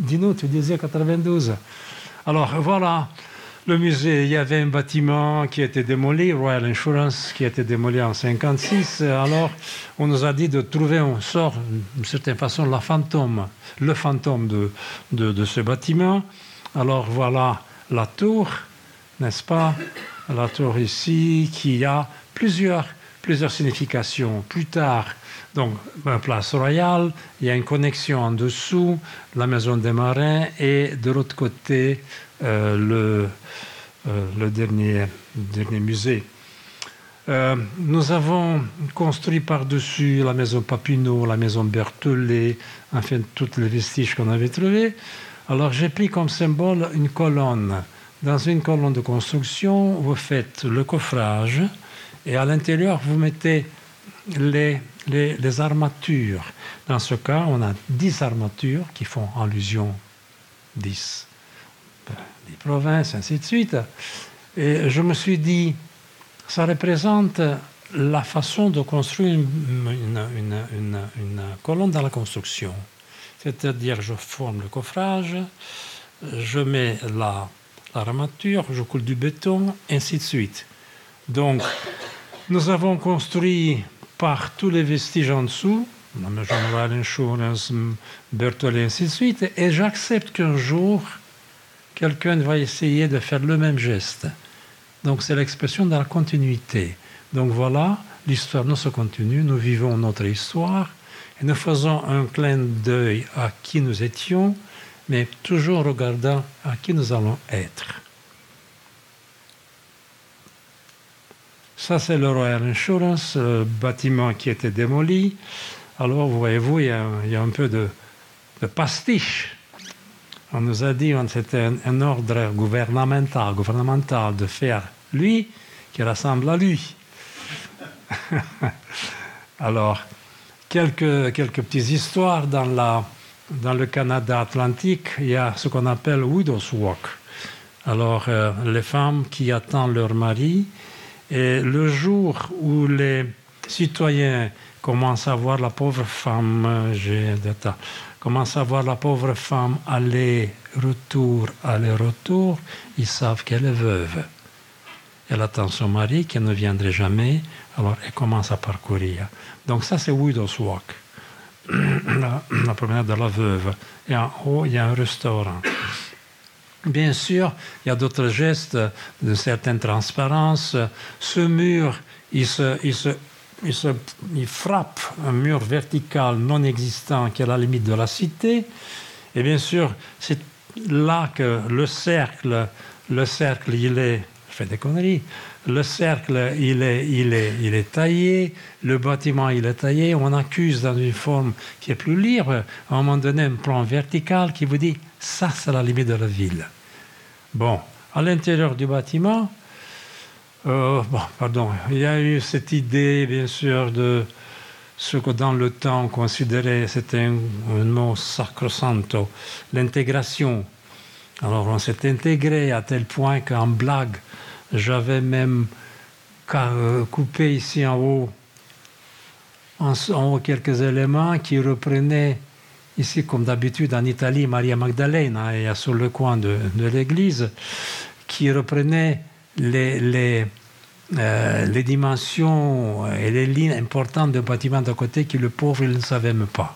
dis-nous, tu disais quatre-vingt-douze. Alors voilà, le musée, il y avait un bâtiment qui était démoli, Royal Insurance, qui a été démoli en cinquante-six. Alors, on nous a dit de trouver, on sort, d'une certaine façon, la fantôme, le fantôme de, de, de ce bâtiment. Alors voilà la tour, n'est-ce pas? La tour ici, qui a plusieurs, plusieurs significations. Plus tard, donc, la place royale, il y a une connexion en dessous, la maison des marins, et de l'autre côté, euh, le, euh, le dernier, dernier musée. Euh, nous avons construit par-dessus la maison Papineau, la maison Berthollet, enfin, tous les vestiges qu'on avait trouvés. Alors, j'ai pris comme symbole une colonne. Dans une colonne de construction, vous faites le coffrage, et à l'intérieur, vous mettez les... Les, les armatures. Dans ce cas, on a dix armatures qui font allusion, dix, des provinces, ainsi de suite. Et je me suis dit, ça représente la façon de construire une, une, une, une, une colonne dans la construction. C'est-à-dire, je forme le coffrage, je mets la, l'armature, je coule du béton, ainsi de suite. Donc, nous avons construit par tous les vestiges en dessous, la maison Royal Insurance, Berthollet, ainsi de suite, et j'accepte qu'un jour, quelqu'un va essayer de faire le même geste. Donc c'est l'expression de la continuité. Donc voilà, l'histoire nous se continue, nous vivons notre histoire, et nous faisons un clin d'œil à qui nous étions, mais toujours regardant à qui nous allons être. Ça, c'est le Royal Insurance, le bâtiment qui était démoli. Alors, vous voyez-vous, il y a, il y a un peu de, de pastiche. On nous a dit que c'était un, un ordre gouvernemental, gouvernemental de faire lui qui ressemble à lui. Alors, quelques, quelques petites histoires. Dans, la, dans le Canada atlantique, il y a ce qu'on appelle Widow's Walk. Alors, euh, les femmes qui attendent leur mari. Et le jour où les citoyens commencent à voir la pauvre femme, j'ai commencent à voir la pauvre femme aller, retour, aller, retour, ils savent qu'elle est veuve. Elle attend son mari qui ne viendrait jamais, alors elle commence à parcourir. Donc ça, c'est Widow's Walk, la, la promenade de la veuve. Et en haut, il y a un restaurant. Bien sûr, il y a d'autres gestes de certaine transparence. Ce mur, il, se, il, se, il, se, il frappe un mur vertical non existant qui est à la limite de la cité. Et bien sûr, c'est là que le cercle, le cercle, il est, je fais des conneries, le cercle, il est, il est, il est taillé, le bâtiment, il est taillé. On accuse dans une forme qui est plus libre, à un moment donné, un plan vertical qui vous dit ça, c'est la limite de la ville. Bon, à l'intérieur du bâtiment, euh, bon, pardon, il y a eu cette idée, bien sûr, de ce que dans le temps on considérait, c'était un, un mot sacrosanto, l'intégration. Alors on s'est intégré à tel point qu'en blague, j'avais même coupé ici en haut, en, en haut quelques éléments qui reprenaient. Ici, comme d'habitude, en Italie, Maria Magdalena, il y a sur le coin de, de l'église, qui reprenait les, les, euh, les dimensions et les lignes importantes d'un bâtiment d'à côté que le pauvre il ne savait même pas.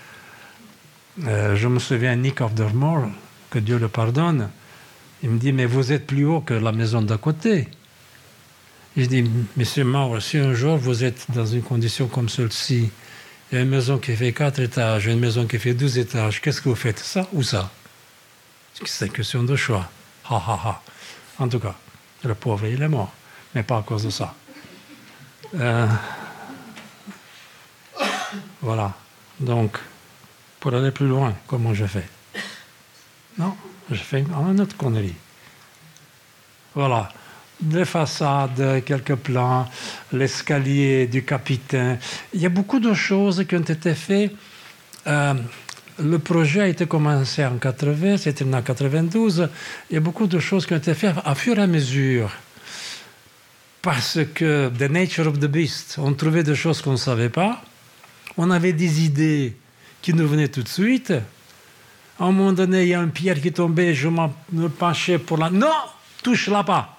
Euh, je me souviens, Nick of Dermore, que Dieu le pardonne, il me dit, mais vous êtes plus haut que la maison d'à côté. Je dis, monsieur Maurer, si un jour vous êtes dans une condition comme celle-ci, il y a une maison qui fait quatre étages, une maison qui fait douze étages. Qu'est-ce que vous faites, ça ou ça? C'est une question de choix. Ha, ha, ha. En tout cas, le pauvre, il est mort. Mais pas à cause de ça. Euh, voilà. Donc, pour aller plus loin, comment je fais? Non, je fais une autre connerie. Voilà. Les façades, quelques plans, l'escalier du capitaine. Il y a beaucoup de choses qui ont été faites. Euh, le projet a été commencé en quatre-vingts, c'était en quatre-vingt-douze. Il y a beaucoup de choses qui ont été faites à fur et à mesure. Parce que the nature of the beast, on trouvait des choses qu'on ne savait pas. On avait des idées qui nous venaient tout de suite. À un moment donné, il y a une pierre qui tombait, je me penchais pour la... Non, touche-la pas.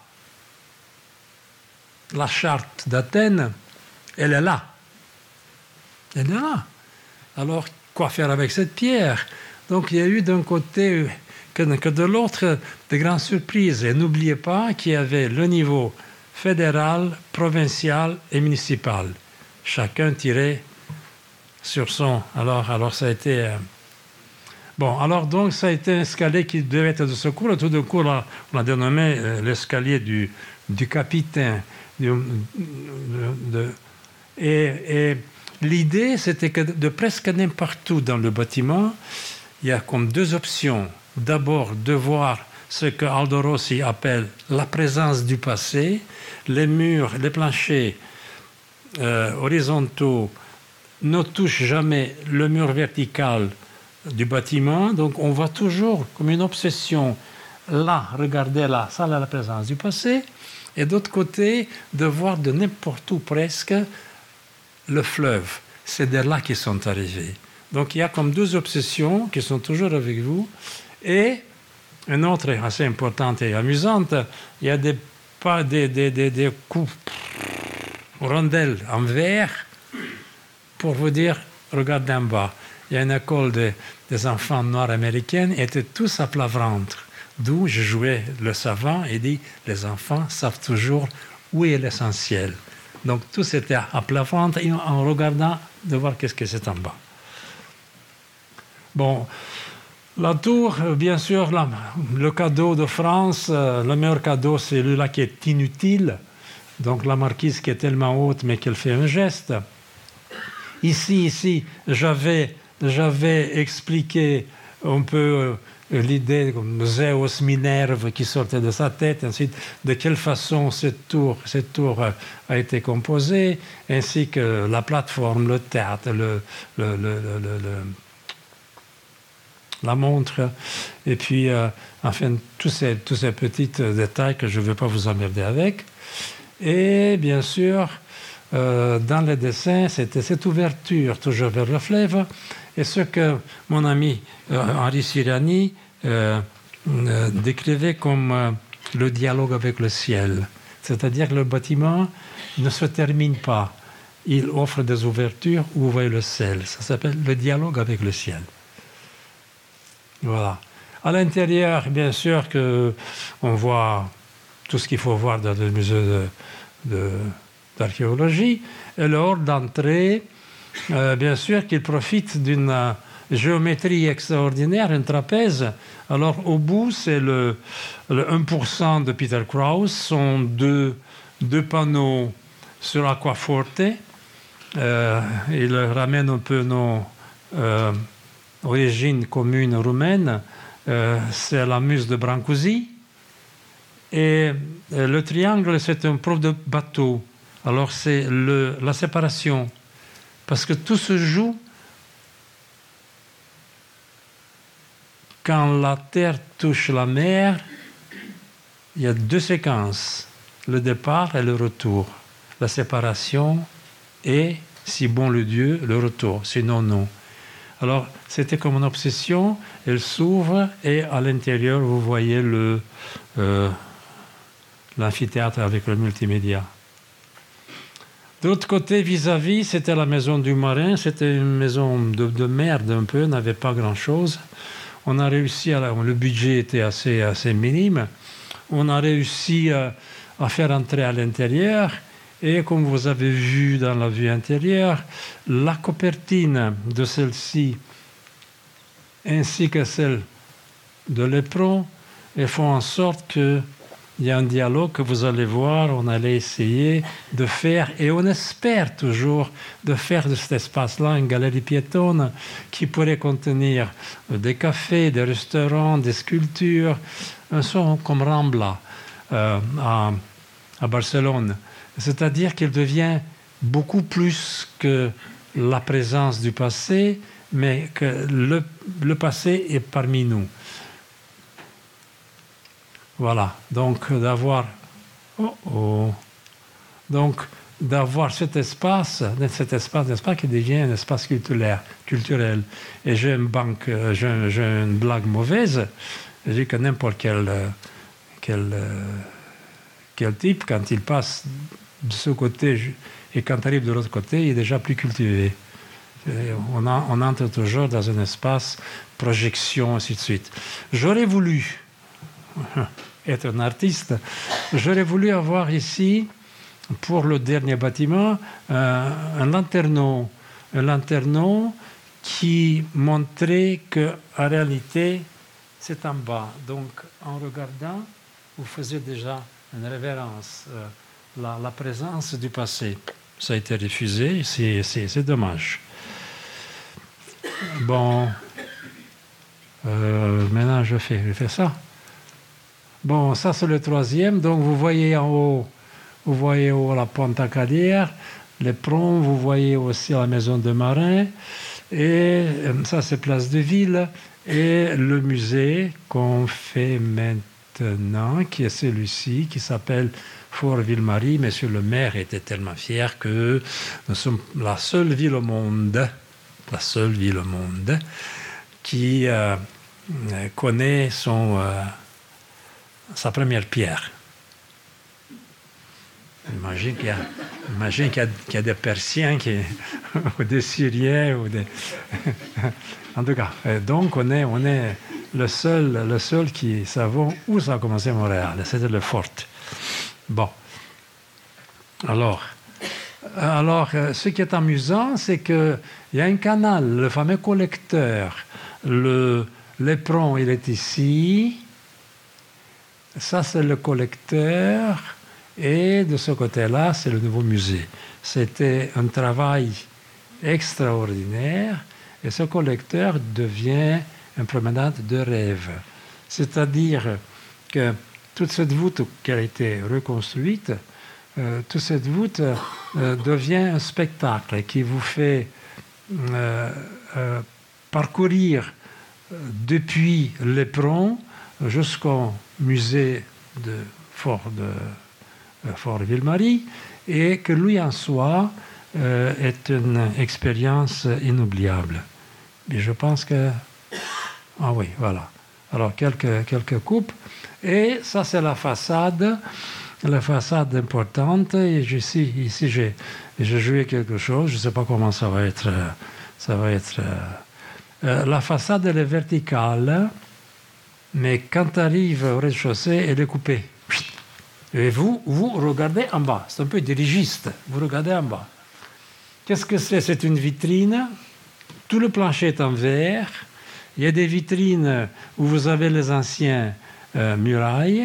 La charte d'Athènes, elle est là. Elle est là. Alors, quoi faire avec cette pierre? Donc, il y a eu d'un côté que, que de l'autre de grandes surprises. Et n'oubliez pas qu'il y avait le niveau fédéral, provincial et municipal. Chacun tirait sur son... Alors, alors ça a été... Euh... Bon, alors donc, ça a été un escalier qui devait être de secours. Et tout d'un coup, là, on l'a dénommé euh, l'escalier du, du capitaine. Du, de, de, et... et l'idée, c'était que de presque n'importe où dans le bâtiment, il y a comme deux options. D'abord, de voir ce que Aldo Rossi appelle la présence du passé. Les murs, les planchers euh, horizontaux ne touchent jamais le mur vertical du bâtiment. Donc, on voit toujours comme une obsession, là, regardez là, ça, là, la présence du passé. Et d'autre côté, de voir de n'importe où presque le fleuve. C'est de là qu'ils sont arrivés. Donc il y a comme deux obsessions qui sont toujours avec vous. Et une autre assez importante et amusante, il y a des, pas, des, des, des, des coups rondelles en verre pour vous dire, regardez en bas. Il y a une école de, des enfants noirs américaines, ils étaient tous à plat ventre. D'où je jouais le savant et dit, les enfants savent toujours où est l'essentiel. Donc tout c'était à plat ventre en regardant de voir qu'est-ce que c'est en bas. Bon, la tour, bien sûr, la, le cadeau de France, euh, le meilleur cadeau, c'est celui-là qui est inutile. Donc la marquise qui est tellement haute, mais qu'elle fait un geste. Ici, ici, j'avais, j'avais expliqué un peu euh, l'idée de Zeus Minerve qui sortait de sa tête, ensuite de quelle façon cette tour, cette tour a, a été composée, ainsi que la plateforme, le théâtre, le, le, le, le, le, le, la montre, et puis euh, enfin tous ces, tous ces petits détails que je ne veux pas vous emmerder avec. Et bien sûr, euh, dans les dessins, c'était cette ouverture toujours vers le fleuve, et ce que mon ami euh, Henri Siriani euh, euh, décrivait comme euh, le dialogue avec le ciel. C'est-à-dire que le bâtiment ne se termine pas. Il offre des ouvertures où vous voyez le ciel. Ça s'appelle le dialogue avec le ciel. Voilà. À l'intérieur, bien sûr, que on voit tout ce qu'il faut voir dans le musée de, de, d'archéologie. Et lors d'entrée, euh, bien sûr qu'il profite d'une euh, géométrie extraordinaire, un trapèze. Alors, au bout, c'est le, le un pour cent de Peter Krause, sont deux, deux panneaux sur aquaforte. Euh, il ramène un peu nos euh, origines communes roumaines. Euh, c'est la muse de Brancusi. Et euh, le triangle, c'est un prof de bateau. Alors, c'est le, la séparation. Parce que tout se joue quand la terre touche la mer. Il y a deux séquences, le départ et le retour, la séparation et, si bon le Dieu, le retour, sinon non. Alors, c'était comme une obsession, elle s'ouvre et à l'intérieur, vous voyez le, euh, l'amphithéâtre avec le multimédia. De l'autre côté, vis-à-vis, c'était la maison du marin, c'était une maison de, de merde un peu, n'avait pas grand-chose. On a réussi, à la, le budget était assez, assez minime, on a réussi à, à faire entrer à l'intérieur, et comme vous avez vu dans la vue intérieure, la copertine de celle-ci, ainsi que celle de l'éperon, elles font en sorte qu'il y a un dialogue que vous allez voir, on allait essayer de faire, et on espère toujours de faire de cet espace-là une galerie piétonne qui pourrait contenir des cafés, des restaurants, des sculptures, un son comme Rambla euh, à, à Barcelone. C'est-à-dire qu'il devient beaucoup plus que la présence du passé, mais que le, le passé est parmi nous. Voilà, donc d'avoir... Oh, oh. Donc, d'avoir cet espace, cet espace, n'est-ce pas, qui devient un espace culturel. culturel. Et j'ai une, banque, j'ai, j'ai une blague mauvaise. Je dis que n'importe quel, quel, quel type, quand il passe de ce côté et quand il arrive de l'autre côté, il est déjà plus cultivé. On, a, on entre toujours dans un espace projection, ainsi de suite. J'aurais voulu être un artiste, j'aurais voulu avoir ici, pour le dernier bâtiment, euh, un lanterneau, un lanterneau qui montrait qu'en réalité, c'est en bas. Donc, en regardant, vous faisiez déjà une révérence, euh, la, la présence du passé. Ça a été refusé, c'est, c'est, c'est dommage. Bon, euh, maintenant je fais, je fais ça. Bon, ça c'est le troisième. Donc vous voyez en haut, vous voyez en haut la Pointe Cadière, les Proms, vous voyez aussi la maison de Marin, et ça c'est Place de Ville, et le musée qu'on fait maintenant, qui est celui-ci, qui s'appelle Fort Ville-Marie. Monsieur le maire était tellement fier que nous sommes la seule ville au monde, la seule ville au monde, qui euh, connaît son, euh, sa première pierre. Imagine qu'il y a, imagine qu'il y a, qu'il y a des Persiens qui, ou des Syriens. Ou des... en tout cas, donc on est, on est le seul, le seul qui savons où ça a commencé Montréal. C'était le fort. Bon. Alors, alors, ce qui est amusant, c'est qu'il y a un canal, le fameux collecteur. Le, l'éperon, il est ici. Ça, c'est le collecteur. Et de ce côté-là, c'est le nouveau musée. C'était un travail extraordinaire. Et ce collecteur devient une promenade de rêve. C'est-à-dire que toute cette voûte qui a été reconstruite, euh, toute cette voûte euh, devient un spectacle qui vous fait euh, euh, parcourir depuis l'éperon jusqu'au musée de Fort de Fort Ville-Marie, et que lui en soi euh, est une expérience inoubliable. Et je pense que... Ah oui, voilà. Alors, quelques, quelques coupes. Et ça, c'est la façade, la façade importante. Et ici, ici j'ai, j'ai joué quelque chose. Je ne sais pas comment ça va être. Ça va être euh, la façade, elle est verticale, mais quand tu arrives au rez-de-chaussée, elle est coupée. Et vous, vous regardez en bas. C'est un peu dirigiste. Vous regardez en bas. Qu'est-ce que c'est? C'est une vitrine. Tout le plancher est en verre. Il y a des vitrines où vous avez les anciens euh, murailles.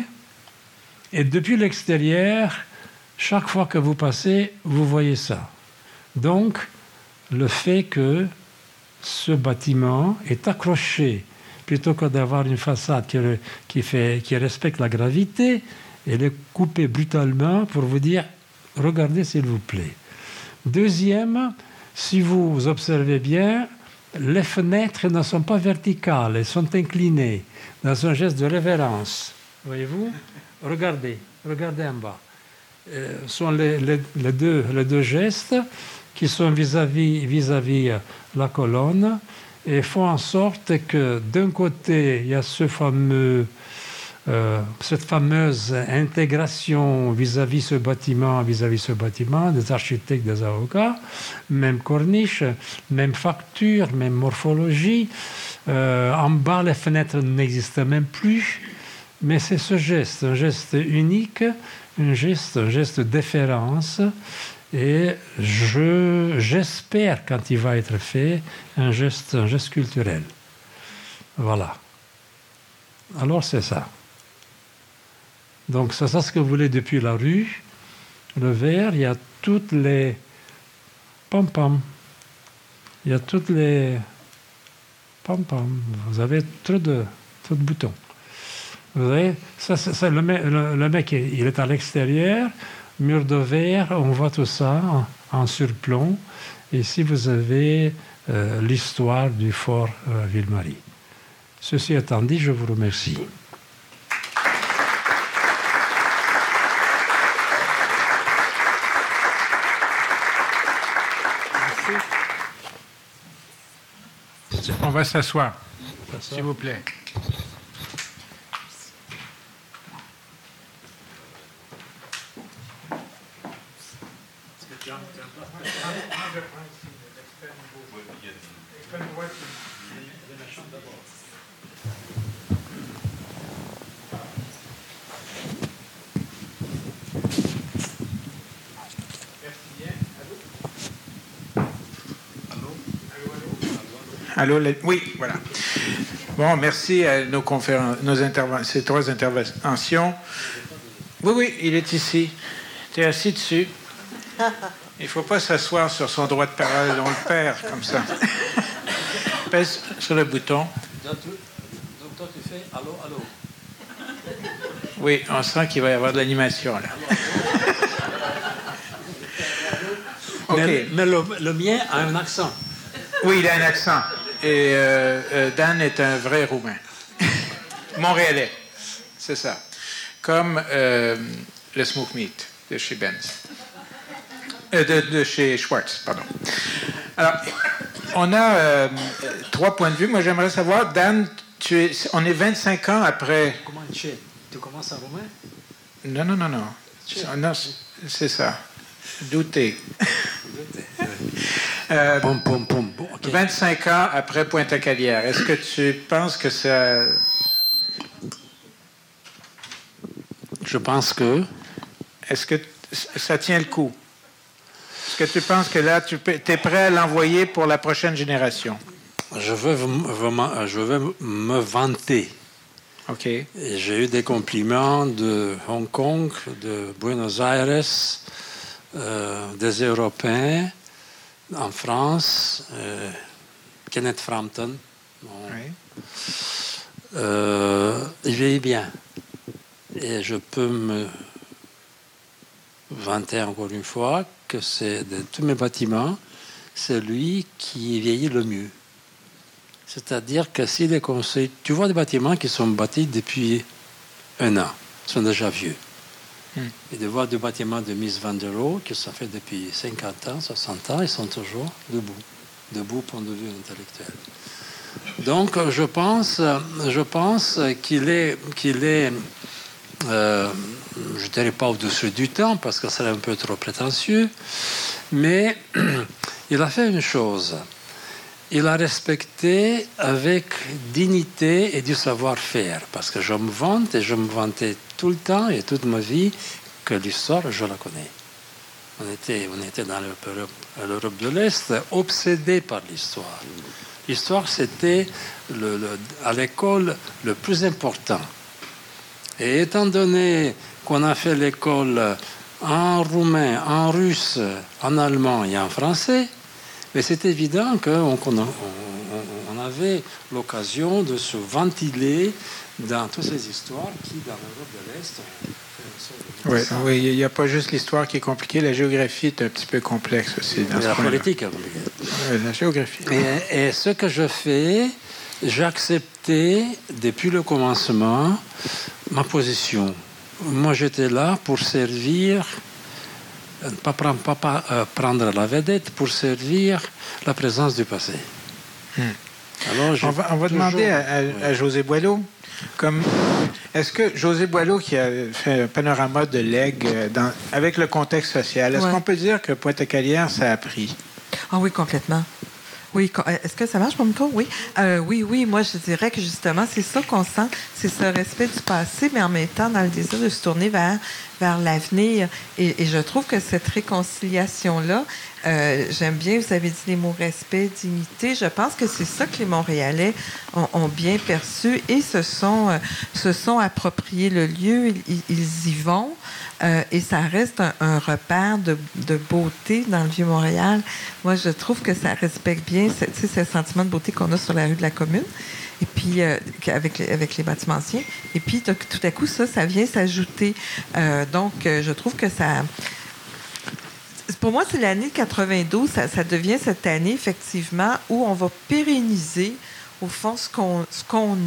Et depuis l'extérieur, chaque fois que vous passez, vous voyez ça. Donc, le fait que ce bâtiment est accroché, plutôt que d'avoir une façade qui, qui, fait, qui respecte la gravité, elle est coupée brutalement pour vous dire, regardez s'il vous plaît. Deuxième, si vous observez bien, les fenêtres ne sont pas verticales, elles sont inclinées, dans un geste de révérence. Voyez-vous? Regardez, regardez en bas. Euh, ce sont les, les, les, deux, les deux gestes qui sont vis-à-vis, vis-à-vis la colonne et font en sorte que d'un côté, il y a ce fameux... Euh, cette fameuse intégration vis-à-vis ce bâtiment, vis-à-vis ce bâtiment, des architectes, des avocats, même corniche, même facture, même morphologie. Euh, en bas, les fenêtres n'existent même plus, mais c'est ce geste, un geste unique, un geste, un geste de déférence, et je, j'espère, quand il va être fait, un geste, un geste culturel. Voilà. Alors c'est ça. Donc, c'est ça ce que vous voulez depuis la rue. Le vert, il y a toutes les pom-pom. Il y a toutes les pom-pom. Vous avez trop de, trop de boutons. Vous voyez, ça, ça, ça, le, le, le mec, il est à l'extérieur, mur de verre, on voit tout ça en, en surplomb. Et ici, vous avez euh, l'histoire du fort euh, Ville-Marie. Ceci étant dit, je vous remercie. va s'asseoir, s'il vous plaît. Allô, la... Oui, voilà. Bon, merci à nos conférences, nos interven... ces trois interventions. Oui, oui, il est ici. Tu es assis dessus. Il ne faut pas s'asseoir sur son droit de parole, on le perd comme ça. Pèse sur le bouton. Donc toi, tu fais allô, allô. Oui, on sent qu'il va y avoir de l'animation, là. OK. Mais, mais le, le mien a un accent. Oui, il a un accent. Et euh, euh, Dan est un vrai Roumain. Montréalais, c'est ça. Comme euh, le Smoke Meat de chez Benz. Euh, de, de chez Schwartz, pardon. Alors, on a euh, trois points de vue. Moi, j'aimerais savoir, Dan, tu es, on est vingt-cinq ans après... Comment tu Tu commences en roumain? Non, non, non, non. Non, c'est ça. Douter. Euh, pom, pom, pom. Bon, okay. vingt-cinq ans après Pointe-à-Calière, est-ce que tu penses que ça... Je pense que... Est-ce que ça tient le coup? Est-ce que tu penses que là, tu es prêt à l'envoyer pour la prochaine génération? Je veux, je veux me vanter. OK. Et j'ai eu des compliments de Hong Kong, de Buenos Aires, euh, des Européens, en France, euh, Kenneth Frampton. Bon. Oui. Euh, il vieillit bien. Et je peux me vanter encore une fois que c'est de tous mes bâtiments, c'est lui qui vieillit le mieux. C'est-à-dire que si les conseils, tu vois des bâtiments qui sont bâtis depuis un an, sont déjà vieux. Hmm. Et de voir des bâtiments de Mies van der Rohe qui sont faits depuis cinquante ans, soixante ans, ils sont toujours debout, debout point de vue intellectuel. Donc je pense, je pense qu'il est, qu'il est euh, je ne dirais pas au-dessus du temps parce que ça serait un peu trop prétentieux, mais il a fait une chose. Il a respecté avec dignité et du savoir-faire, parce que je me vante et je me vantais tout le temps et toute ma vie que l'histoire, je la connais. On était, on était dans l'Europe, l'Europe de l'Est, obsédés par l'histoire. L'histoire, c'était le, le, à l'école le plus important. Et étant donné qu'on a fait l'école en roumain, en russe, en allemand et en français, mais c'est évident qu'on on, on avait l'occasion de se ventiler dans toutes ces histoires qui, dans l'Europe de l'Est, oui, oui, il n'y a pas juste l'histoire qui est compliquée, la géographie est un petit peu complexe aussi. Dans ce la politique est compliquée. Oui, la géographie. Et, et ce que je fais, j'ai accepté depuis le commencement ma position. Moi, j'étais là pour servir... Pas prendre, pas, pas euh, prendre la vedette pour servir la présence du passé. Hmm. Alors, on va, on va toujours... demander à, à, oui. à José Boileau, comme, est-ce que José Boileau, qui a fait un panorama de legs dans, avec le contexte social, est-ce ouais. qu'on peut dire que Pointe-à-Calière, ça a pris? Ah oui, complètement. Oui, est-ce que ça marche, mon micro? Oui. Euh, oui, oui, moi, je dirais que justement, c'est ça qu'on sent, c'est ce respect du passé, mais en même temps, dans le désir de se tourner vers, vers l'avenir. Et, et je trouve que cette réconciliation-là, euh, j'aime bien, vous avez dit les mots respect, dignité, je pense que c'est ça que les Montréalais ont, ont bien perçu et se sont, euh, se sont appropriés le lieu, ils, ils y vont. Euh, et ça reste un, un repère de, de beauté dans le Vieux-Montréal. Moi, je trouve que ça respecte bien ce, ce sentiment de beauté qu'on a sur la rue de la Commune, et puis euh, avec, les, avec les bâtiments anciens. Et puis, tout à coup, ça, ça vient s'ajouter. Euh, donc, euh, je trouve que ça... Pour moi, c'est l'année quatre-vingt-douze. Ça, ça devient cette année, effectivement, où on va pérenniser, au fond, ce qu'on, ce qu'on est.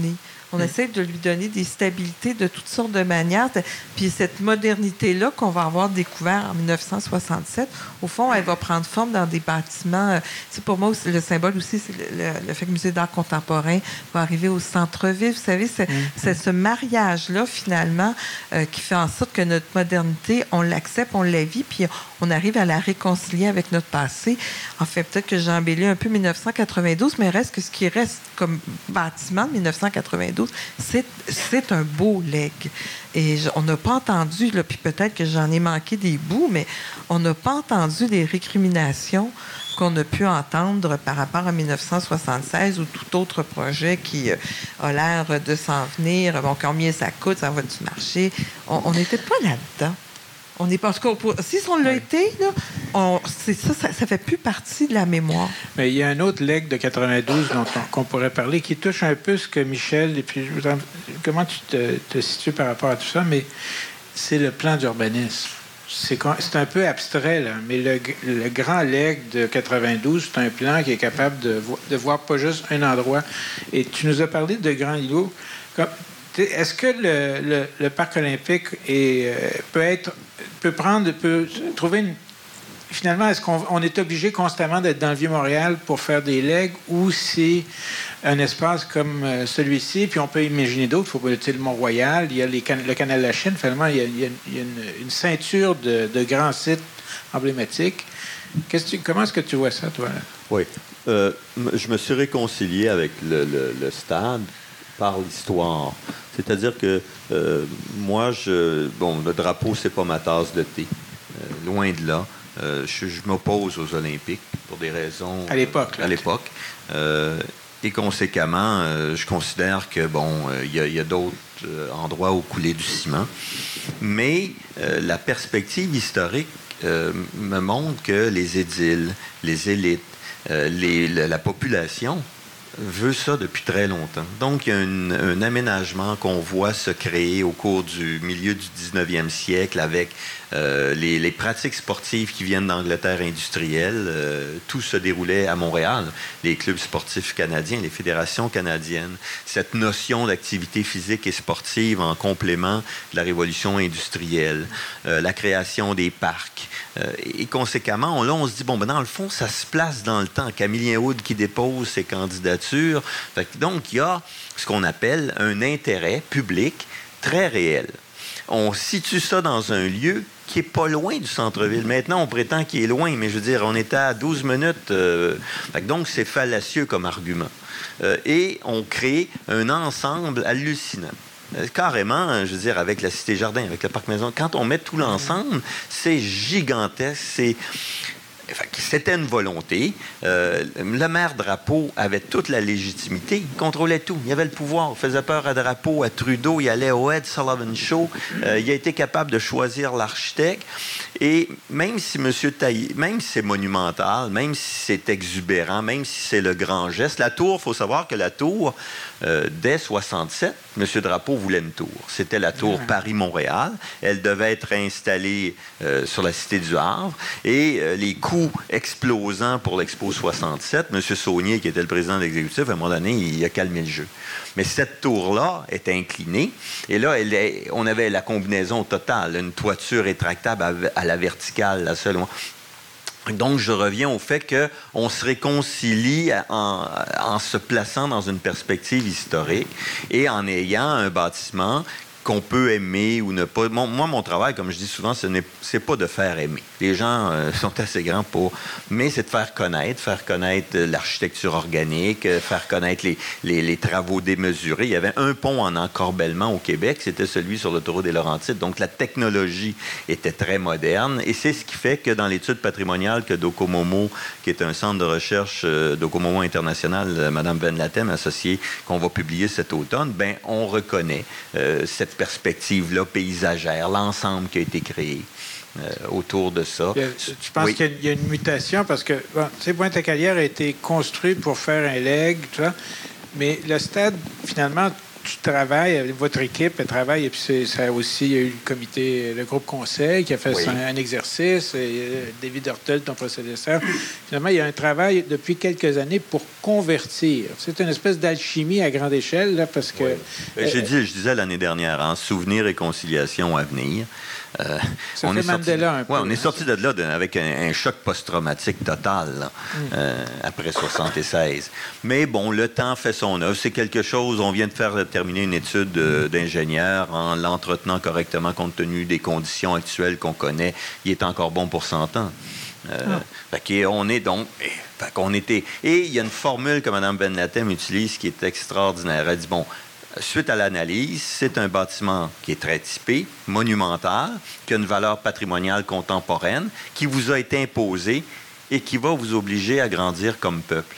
On mmh. essaie de lui donner des stabilités de toutes sortes de manières. Puis cette modernité-là qu'on va avoir découvert en dix-neuf cent soixante-sept, au fond, elle va prendre forme dans des bâtiments. C'est pour moi, aussi, le symbole aussi, c'est le, le, le fait que le Musée d'art contemporain va arriver au centre-ville. Vous savez, c'est, mmh. c'est ce mariage-là, finalement, euh, qui fait en sorte que notre modernité, on l'accepte, on la vit, puis on arrive à la réconcilier avec notre passé. En fait, peut-être que j'ai embelli un peu dix-neuf cent quatre-vingt-douze, mais reste que ce qui reste comme bâtiment de dix-neuf cent quatre-vingt-douze, c'est, c'est un beau legs. Et je, on n'a pas entendu, là, puis peut-être que j'en ai manqué des bouts, mais on n'a pas entendu les récriminations qu'on a pu entendre par rapport à dix-neuf cent soixante-seize ou tout autre projet qui euh, a l'air de s'en venir. Bon, combien ça coûte, ça va-tu marcher? On n'était pas là-dedans. On est pas, en tout cas, si on l'a oui. été, là, on, c'est ça, ça ne fait plus partie de la mémoire. Mais il y a un autre legs de quatre-vingt-douze dont on, qu'on pourrait parler qui touche un peu ce que Michel, et puis comment tu te, te situes par rapport à tout ça, mais c'est le plan d'urbanisme. C'est, c'est un peu abstrait, là, mais le, le grand legs de quatre-vingt-douze, c'est un plan qui est capable de, vo- de voir pas juste un endroit. Et tu nous as parlé de Grand Îlot. Comme, est-ce que le, le, le parc olympique est, euh, peut être peut prendre, peut trouver une... Finalement, est-ce qu'on on est obligé constamment d'être dans le Vieux-Montréal pour faire des legs ou c'est un espace comme euh, celui-ci, puis on peut imaginer d'autres, il faut pas le Mont-Royal, il y a les can- le canal de la Chine, finalement, il y a, il y a, il y a une, une ceinture de, de grands sites emblématiques. Qu'est-ce que tu, comment est-ce que tu vois ça, toi? Oui. Euh, je me suis réconcilié avec le, le, le stade par l'histoire. C'est-à-dire que euh, moi, je, bon, le drapeau, c'est pas ma tasse de thé. Euh, loin de là. Euh, je, je m'oppose aux Olympiques pour des raisons... À l'époque. Là, à l'époque. Euh, et conséquemment, euh, je considère que, bon, il euh, y, y a d'autres euh, endroits où couler du ciment. Mais euh, la perspective historique euh, me montre que les édiles, les élites, euh, les, la, la population veut ça depuis très longtemps. Donc, il y a un, un aménagement qu'on voit se créer au cours du milieu du dix-neuvième siècle avec euh, les, les pratiques sportives qui viennent d'Angleterre industrielle. Euh, tout se déroulait à Montréal. Les clubs sportifs canadiens, les fédérations canadiennes. Cette notion d'activité physique et sportive en complément de la révolution industrielle. Euh, la création des parcs. Euh, et conséquemment, on, là, on se dit, bon, ben, dans le fond, ça se place dans le temps. Camillien Wood qui dépose ses candidatures. Fait que, donc, il y a ce qu'on appelle un intérêt public très réel. On situe ça dans un lieu qui n'est pas loin du centre-ville. Maintenant, on prétend qu'il est loin, mais je veux dire, on était à douze minutes. Euh, fait que donc, c'est fallacieux comme argument. Euh, et on crée un ensemble hallucinant. Carrément, je veux dire, avec la Cité-Jardin, avec le Parc Maison, quand on met tout l'ensemble, c'est gigantesque, c'est... C'était une volonté. Euh, le maire Drapeau avait toute la légitimité. Il contrôlait tout. Il avait le pouvoir. Il faisait peur à Drapeau, à Trudeau. Il allait au Ed Sullivan Show. Euh, il a été capable de choisir l'architecte. Et même si M. Taillé, même si c'est monumental, même si c'est exubérant, même si c'est le grand geste, la tour, il faut savoir que la tour, euh, dès soixante-sept, M. Drapeau voulait une tour. C'était la tour Paris-Montréal. Elle devait être installée euh, sur la Cité du Havre. Et euh, les coûts explosant pour l'Expo soixante-sept. M. Saunier, qui était le président de l'exécutif, à un moment donné, il a calmé le jeu. Mais cette tour-là était inclinée. Et là, elle est, on avait la combinaison totale, une toiture rétractable à, à la verticale, la seule. Donc, je reviens au fait qu'on se réconcilie en, en se plaçant dans une perspective historique et en ayant un bâtiment qu'on peut aimer ou ne pas. Mon, moi, mon travail, comme je dis souvent, ce n'est c'est pas de faire aimer. Les gens euh, sont assez grands pour... Mais c'est de faire connaître, faire connaître l'architecture organique, faire connaître les, les, les travaux démesurés. Il y avait un pont en encorbellement au Québec, c'était celui sur l'autoroute des Laurentides. Donc, la technologie était très moderne. Et c'est ce qui fait que dans l'étude patrimoniale que Docomomo, qui est un centre de recherche euh, Docomomo International, euh, Mme Ben Latem, associée, qu'on va publier cet automne, ben on reconnaît euh, cette perspective-là paysagère, l'ensemble qui a été créé euh, autour de ça. Tu penses oui. qu'il y a, il y a une mutation parce que, bon, tu sais, Pointe-à-Calière a été construit pour faire un leg, tout ça, mais le stade, finalement, tu travailles, votre équipe elle travaille, et puis c'est, ça aussi, il y a eu le comité, le groupe conseil qui a fait oui. un, un exercice, et David Hurtel, ton prédécesseur. Finalement, il y a un travail depuis quelques années pour convertir. C'est une espèce d'alchimie à grande échelle, là, parce que... Oui. Euh, je, dis, je disais l'année dernière, hein, souvenir et conciliation à venir. Euh, ça on fait est sorti, Mandela un peu. Ouais, on est hein, sorti de là de, avec un, un choc post-traumatique total, là, mm. euh, après soixante-seize. Mais bon, le temps fait son œuvre. C'est quelque chose, on vient de faire terminer une étude euh, d'ingénieur en l'entretenant correctement compte tenu des conditions actuelles qu'on connaît. Il est encore bon pour cent ans. Euh, ah. Fait qu'on est donc... Fait qu'on était... Et il y a une formule que Mme Ben Latem utilise qui est extraordinaire. Elle dit, bon, suite à l'analyse, c'est un bâtiment qui est très typé, monumental, qui a une valeur patrimoniale contemporaine, qui vous a été imposé et qui va vous obliger à grandir comme peuple.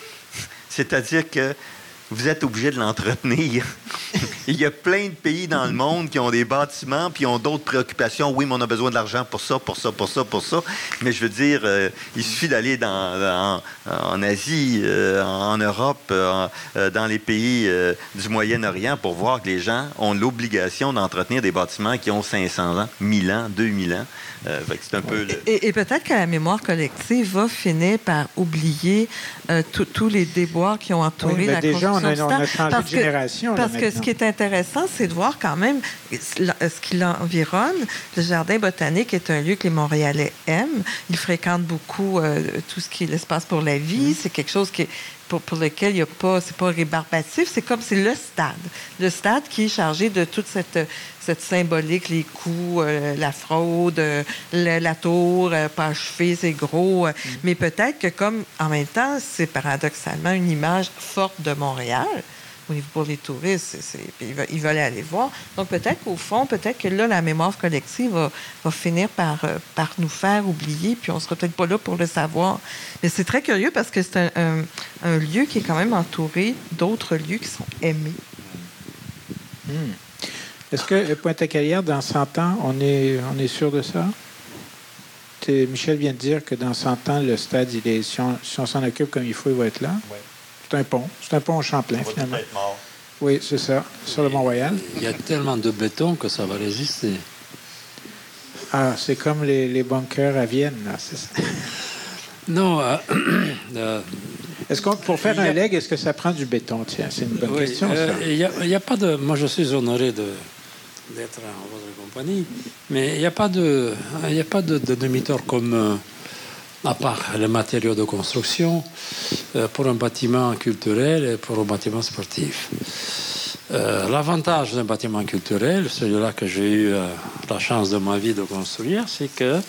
C'est-à-dire que vous êtes obligé de l'entretenir. Il y a plein de pays dans le monde qui ont des bâtiments puis ont d'autres préoccupations. Oui, mais on a besoin de l'argent pour ça, pour ça, pour ça, pour ça. Mais je veux dire, euh, il suffit d'aller dans, en, en Asie, euh, en Europe, euh, dans les pays euh, du Moyen-Orient pour voir que les gens ont l'obligation d'entretenir des bâtiments qui ont cinq cents ans, mille ans, deux mille ans. Euh, fait que c'est un peu... Le... Et, et peut-être que la mémoire collective va finir par oublier euh, tous les déboires qui ont entouré oui, la déjà, construction on a, on a changé parce de génération. Que, parce là, que ce qui est intéressant, c'est de voir quand même ce qui l'environne. Le Jardin botanique est un lieu que les Montréalais aiment. Ils fréquentent beaucoup euh, tout ce qui est l'espace pour la vie. Mmh. C'est quelque chose qui est... Pour, pour lequel il n'y a pas, c'est pas rébarbatif, c'est comme, c'est le stade. Le stade qui est chargé de toute cette, cette symbolique, les coups, euh, la fraude, euh, la, la tour, euh, pas achevée, c'est gros. Euh, mm. Mais peut-être que comme, en même temps, c'est paradoxalement une image forte de Montréal. Au niveau pour les touristes, c'est, c'est, ils, veulent, ils veulent aller voir. Donc, peut-être qu'au fond, peut-être que là, la mémoire collective va, va finir par, euh, par nous faire oublier, puis on ne sera peut-être pas là pour le savoir. Mais c'est très curieux parce que c'est un, un, un lieu qui est quand même entouré d'autres lieux qui sont aimés. Mmh. Est-ce que Pointe-à-Calière, dans cent ans, on est, on est sûr de ça? T'es, Michel vient de dire que dans cent ans, le stade, il est, si, on, si on s'en occupe comme il faut, il va être là. Oui. C'est un pont. C'est un pont au Champlain, on finalement. Être mort. Oui, c'est ça, sur le Mont-Royal. Il y a tellement de béton que ça va résister. Ah, c'est comme les, les bunkers à Vienne, là, c'est ça? Non. Euh, euh, est-ce qu'on, pour faire un a... leg, est-ce que ça prend du béton? Tiens, c'est une bonne oui, question, euh, ça. Il n'y a, a pas de... Moi, je suis honoré de, d'être en votre compagnie, mais il n'y a pas de, il n'y a pas de, de demi-tort comme... Euh, à part les matériaux de construction, euh, pour un bâtiment culturel et pour un bâtiment sportif. Euh, l'avantage d'un bâtiment culturel, celui-là que j'ai eu euh, la chance de ma vie de construire, c'est que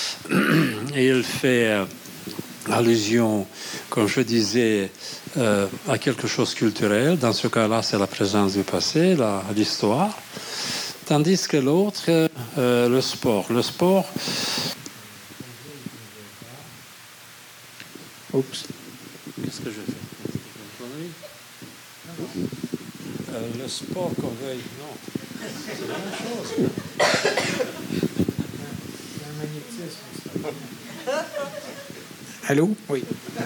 il fait euh, allusion, comme je disais, euh, à quelque chose de culturel. Dans ce cas-là, c'est la présence du passé, la, l'histoire. Tandis que l'autre, euh, le sport. Le sport... Oups. Qu'est-ce que je fais? euh, Le sport qu'on veuille, non. C'est la même chose. C'est un magnétisme. Allô? Oui.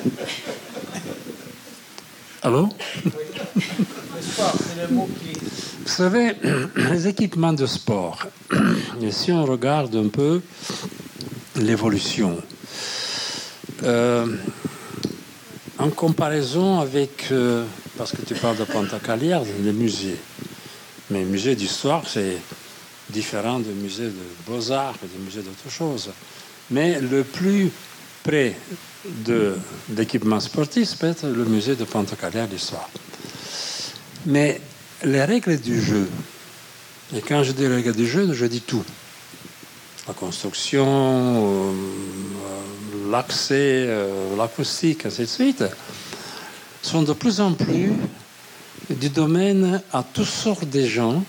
Allô? Oui. Le sport, c'est le mot clé. Vous savez, les équipements de sport, et si on regarde un peu l'évolution, euh, en comparaison avec, euh, parce que tu parles de Pointe-à-Calière, les musées. Mais le musée d'histoire, c'est différent du musée de beaux-arts et du musée d'autre chose. Mais le plus près de l'équipement sportif, c'est peut-être le musée de Pointe-à-Calière d'histoire. Mais les règles du jeu, et quand je dis règles du jeu, je dis tout. La construction, euh, l'accès, euh, l'acoustique, ainsi de suite, sont de plus en plus du domaine à toutes sortes de gens,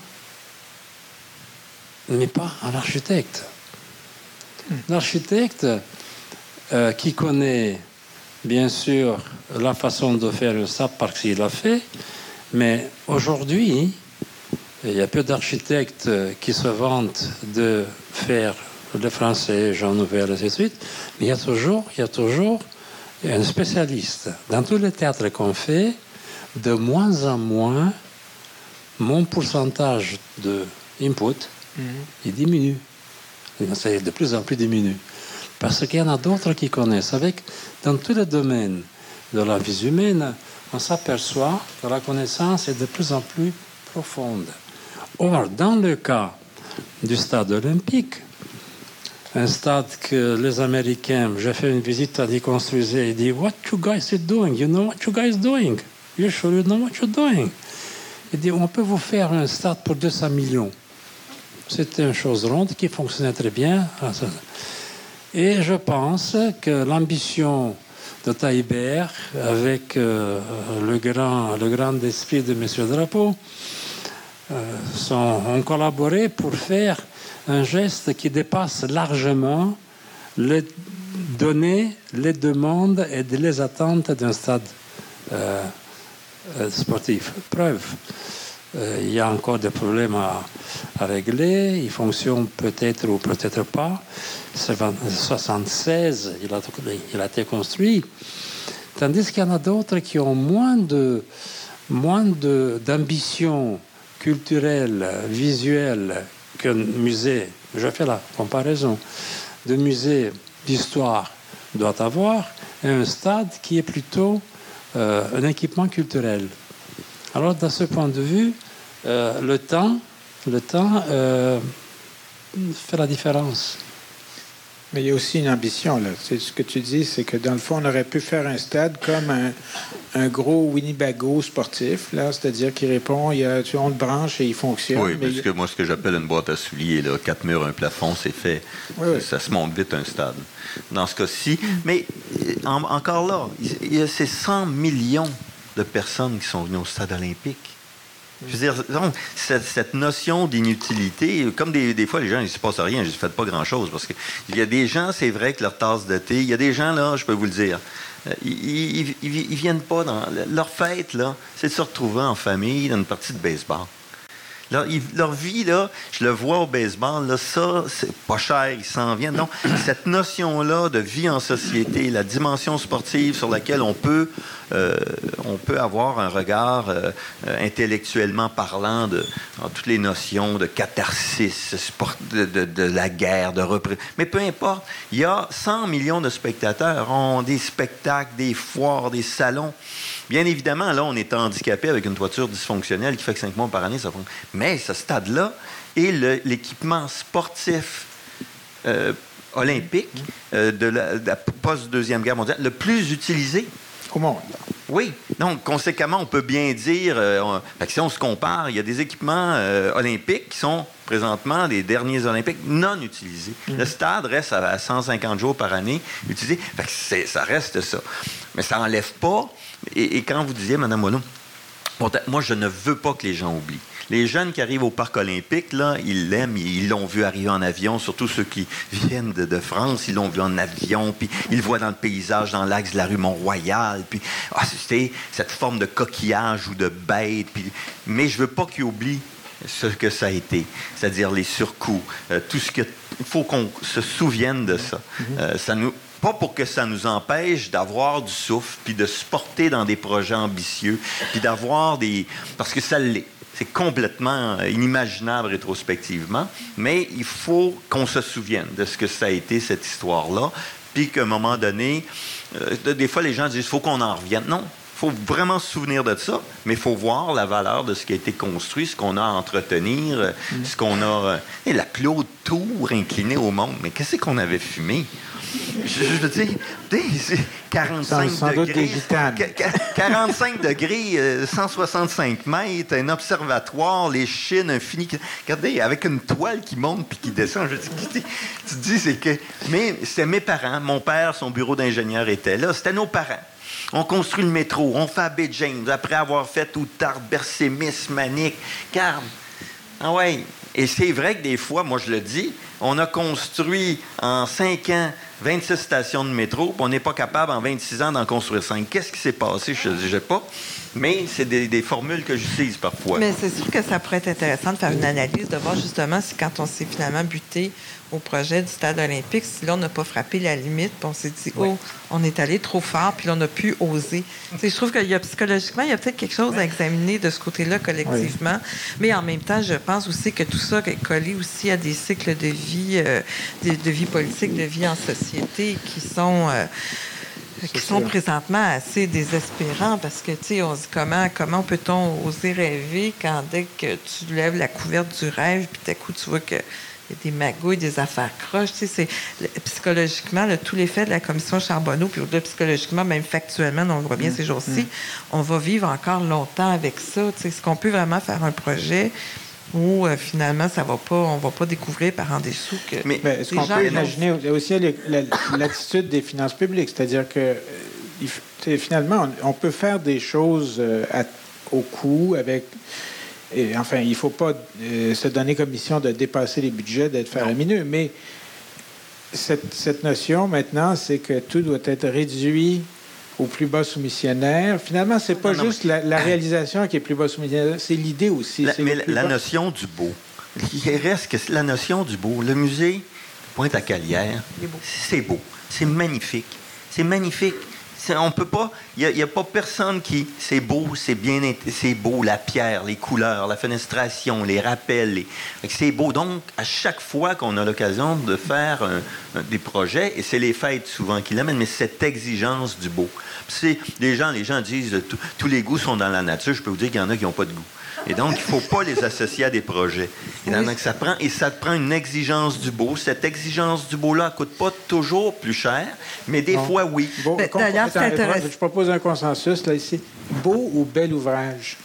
mais pas à l'architecte. L'architecte euh, qui connaît, bien sûr, la façon de faire le S A P parce qu'il l'a fait, mais aujourd'hui, il y a peu d'architectes qui se vantent de faire le français, Jean Nouvel, et ainsi de suite, mais il y a toujours, il y a toujours un spécialiste. Dans tous les théâtres qu'on fait, de moins en moins, mon pourcentage de input, mm-hmm. il diminue. C'est de plus en plus diminue. Parce qu'il y en a d'autres qui connaissent. Avec, dans tous les domaines, de la vie humaine, on s'aperçoit que la connaissance est de plus en plus profonde. Or, dans le cas du stade olympique, un stade que les Américains, j'ai fait une visite à déconstruire, ils disent « What you guys are doing? You know what you guys are doing? You sure you know what you're doing? » Il dit « On peut vous faire un stade pour deux cents millions. » C'était une chose ronde qui fonctionnait très bien. Et je pense que l'ambition de Taillibert, avec euh, le, grand, le grand esprit de M. Drapeau, euh, sont, ont collaboré pour faire un geste qui dépasse largement les données, les demandes et les attentes d'un stade euh, sportif. Preuve. Euh, il y a encore des problèmes à, à régler. Il fonctionne peut-être ou peut-être pas. En soixante-seize, il a, il a été construit. Tandis qu'il y en a d'autres qui ont moins de, moins de, d'ambition culturelle, visuelle qu'un musée. Je fais la comparaison de musée d'histoire doit avoir et un stade qui est plutôt euh, un équipement culturel. Alors, de ce point de vue, euh, le temps, le temps euh, fait la différence. Mais il y a aussi une ambition, là. C'est ce que tu dis, c'est que dans le fond, on aurait pu faire un stade comme un, un gros Winnebago sportif, là, c'est-à-dire qu'il répond, il y a, tu, on le branche et il fonctionne. Oui, mais parce que moi, ce que j'appelle une boîte à souliers, là, quatre murs, un plafond, c'est fait. Oui, oui. Ça se monte vite, un stade. Dans ce cas-ci. Mais en, encore là, il y a ces cent millions de personnes qui sont venues au stade olympique. Je veux dire, donc, cette, cette notion d'inutilité, comme des, des fois, les gens, il ne se passe rien, je ne fais pas grand-chose, parce qu'il y a des gens, c'est vrai que leur tasse de thé, il y a des gens, là, je peux vous le dire, ils ne viennent pas dans... Leur fête, là, c'est de se retrouver en famille dans une partie de baseball. Leur, ils, leur vie, là, je le vois au baseball, là, ça, c'est pas cher, ils s'en viennent. Donc, cette notion-là de vie en société, la dimension sportive sur laquelle on peut, euh, on peut avoir un regard euh, intellectuellement parlant de dans toutes les notions de catharsis, sport, de, de, de la guerre, de reprise. Mais peu importe, il y a cent millions de spectateurs, ont des spectacles, des foires, des salons. Bien évidemment, là, on est handicapé avec une toiture dysfonctionnelle qui fait que cinq mois par année, ça fonctionne. Mais ce stade-là est le, l'équipement sportif euh, olympique euh, de la, de la post-deuxième guerre mondiale le plus utilisé. Au monde. Oui. Donc, conséquemment, on peut bien dire, euh, on, fait que si on se compare, il y a des équipements euh, olympiques qui sont présentement les derniers olympiques non utilisés. Mm-hmm. Le stade reste à cent cinquante jours par année utilisé. Fait que c'est, ça reste ça. Mais ça n'enlève pas. Et, et quand vous disiez, Mme Boileau, moi, je ne veux pas que les gens oublient. Les jeunes qui arrivent au Parc olympique, là, ils l'aiment, ils l'ont vu arriver en avion, surtout ceux qui viennent de, de France, ils l'ont vu en avion, puis ils le voient dans le paysage, dans l'axe de la rue Mont-Royal, puis ah, c'était cette forme de coquillage ou de bête, puis, mais je veux pas qu'ils oublient ce que ça a été, c'est-à-dire les surcoûts, euh, tout ce que... Il faut qu'on se souvienne de ça. Mm-hmm. Euh, ça nous... Pas pour que ça nous empêche d'avoir du souffle, puis de se porter dans des projets ambitieux, puis d'avoir des... Parce que ça l'est. C'est complètement inimaginable rétrospectivement, mais il faut qu'on se souvienne de ce que ça a été, cette histoire-là, puis qu'à un moment donné, euh, des fois, les gens disent « il faut qu'on en revienne ». Non, il faut vraiment se souvenir de ça, mais il faut voir la valeur de ce qui a été construit, ce qu'on a à entretenir, mmh. ce qu'on a... Et la plus haute tour inclinée au monde, mais qu'est-ce qu'on avait fumé? Je, je veux dire, c'est quarante-cinq sans, sans degrés, quarante-cinq degrés, euh, cent soixante-cinq mètres, un observatoire, les Chines infinies. Regardez, avec une toile qui monte puis qui descend. Je dis, tu te dis, c'est que... Mais c'était mes parents. Mon père, son bureau d'ingénieur était là. C'était nos parents. On construit le métro, on fait Baie James, après avoir fait Outarde, Bersémis, Manic, Carme. Ah ouais. Et c'est vrai que des fois, moi je le dis, on a construit en cinq ans vingt-six stations de métro, puis on n'est pas capable en vingt-six ans d'en construire cinq. Qu'est-ce qui s'est passé? Je ne sais pas. Mais c'est des, des formules que j'utilise parfois. Mais c'est sûr que ça pourrait être intéressant de faire une analyse, de voir justement si quand on s'est finalement buté au projet du stade olympique, si là, on n'a pas frappé la limite, puis on s'est dit, oui. oh, on est allé trop fort, puis là, on n'a pu oser. T'sais, je trouve qu'il y a psychologiquement, il y a peut-être quelque chose à examiner de ce côté-là collectivement, oui. mais en même temps, je pense aussi que tout ça est collé aussi à des cycles de vie, euh, de, de vie politique, de vie en société qui sont... Euh, qui sont sûr. Présentement assez désespérants parce que, tu sais, on se dit comment, comment peut-on oser rêver quand dès que tu lèves la couverte du rêve, puis d'un coup, tu vois que il y a des magouilles, des affaires croches. Tu sais, c'est, le, psychologiquement, le, tout l'effet de la commission Charbonneau, puis au-delà psychologiquement, même factuellement, on le voit bien mmh. ces jours-ci, mmh. on va vivre encore longtemps avec ça. Tu sais, est-ce qu'on peut vraiment faire un projet où euh, finalement, ça va pas, on ne va pas découvrir par en dessous que. Mais, mais est-ce qu'on peut imaginer vont... aussi la, l'attitude des finances publiques? C'est-à-dire que euh, finalement, on, on peut faire des choses euh, à, au coût avec. Et, enfin, il ne faut pas euh, se donner comme mission de dépasser les budgets, d'être faramineux, mais cette, cette notion maintenant, c'est que tout doit être réduit au plus bas soumissionnaire. Finalement, c'est pas non, juste non, mais... la, la réalisation qui est plus bas soumissionnaire, c'est l'idée aussi. La, c'est mais la bas... notion du beau, il reste que la notion du beau. Le musée Pointe-à-Calière, c'est beau, c'est magnifique, c'est magnifique. On peut pas, il n'y a, a pas personne qui, c'est beau, c'est bien, c'est beau, la pierre, les couleurs, la fenestration, les rappels, les, c'est beau. Donc, à chaque fois qu'on a l'occasion de faire un, un, des projets, et c'est les fêtes souvent qui l'amènent, mais cette exigence du beau. C'est, les gens, les gens disent, tous les goûts sont dans la nature. Je peux vous dire qu'il y en a qui n'ont pas de goût. Et donc, il ne faut pas les associer à des projets. Et, oui. que ça prend, et ça te prend une exigence du beau. Cette exigence du beau-là ne coûte pas toujours plus cher, mais des non. fois, oui. Beau, mais, d'ailleurs, c'est intéressant. Je propose un consensus, là, ici. Beau ou bel ouvrage?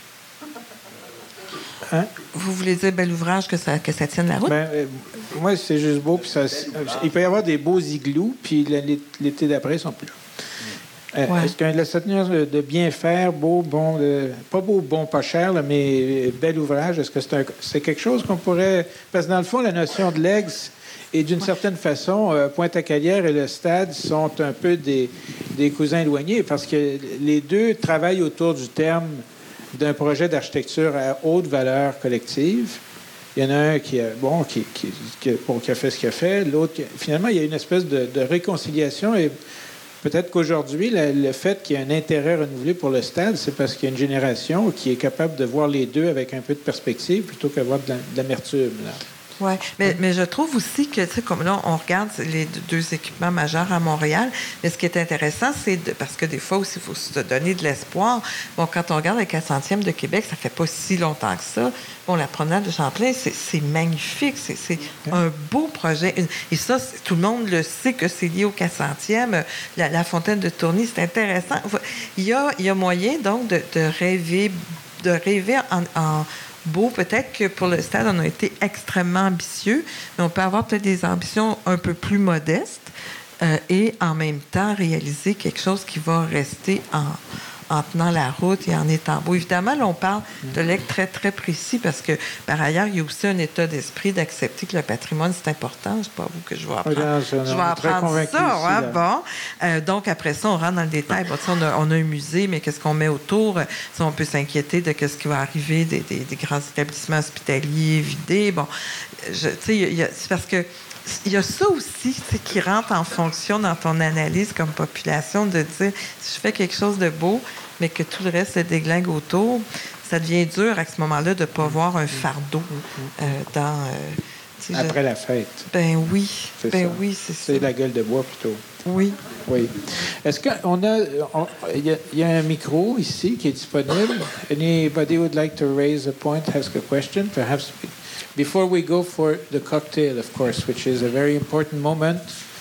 Hein? Vous voulez dire bel ouvrage, que ça, que ça tienne la route? Ben, euh, moi, c'est juste beau. Puis ça, il peut y avoir des beaux igloos, puis l'été d'après, ils sont plus là. Euh, ouais. Est-ce que cette notion de bien faire, beau, bon, de, pas beau, bon, pas cher, là, mais bel ouvrage, est-ce que c'est, un, c'est quelque chose qu'on pourrait... Parce que dans le fond, la notion de legs est d'une ouais. certaine façon, euh, Pointe-à-Calière et le stade sont un peu des, des cousins éloignés parce que les deux travaillent autour du terme d'un projet d'architecture à haute valeur collective. Il y en a un qui a, bon, qui, qui, qui, bon, qui a fait ce qu'il a fait, l'autre, qui, finalement, il y a une espèce de, de réconciliation et peut-être qu'aujourd'hui, le, le fait qu'il y ait un intérêt renouvelé pour le stade, c'est parce qu'il y a une génération qui est capable de voir les deux avec un peu de perspective plutôt qu'avoir de, la, de l'amertume. Oui, mais, mais je trouve aussi que, tu sais, comme là, on regarde les deux équipements majeurs à Montréal, mais ce qui est intéressant, c'est de, parce que des fois aussi, il faut se donner de l'espoir. Bon, quand on regarde le quatre centième de Québec, ça fait pas si longtemps que ça. Bon, la promenade de Champlain, c'est, c'est magnifique. C'est, c'est un beau projet. Et ça, tout le monde le sait que c'est lié au quatre centième. La, la fontaine de Tourny, c'est intéressant. Il y a, il y a moyen, donc, de, de rêver, de rêver en... en beau. Peut-être que pour le stade, on a été extrêmement ambitieux, mais on peut avoir peut-être des ambitions un peu plus modestes euh, et en même temps réaliser quelque chose qui va rester en, en tenant la route et en étant beau. Évidemment, là, on parle de legs très, très précis parce que, par ailleurs, il y a aussi un état d'esprit d'accepter que le patrimoine, c'est important. C'est pas vous que je vais apprendre. Oui, non, je vais apprendre ça. Ici, ouais, bon. Euh, donc, après ça, on rentre dans le détail. Bon, on, a, on a un musée, mais qu'est-ce qu'on met autour? Ça, on peut s'inquiéter de ce qui va arriver des, des, des grands établissements hospitaliers vidés. Bon, je, tu sais, il y a, c'est parce que il y a ça aussi qui rentre en fonction dans ton analyse comme population, de dire, si je fais quelque chose de beau, mais que tout le reste se déglingue autour, ça devient dur à ce moment-là de ne pas voir un fardeau euh, dans... Euh, Après je... la fête. Ben oui, c'est ben ça. oui, c'est, c'est ça. C'est la gueule de bois, plutôt. Oui. Oui. Est-ce qu'on a... Il y, y a un micro ici qui est disponible. Anybody would like to raise a point, ask a question, perhaps... Before we go for the cocktail, of course, which is a very important moment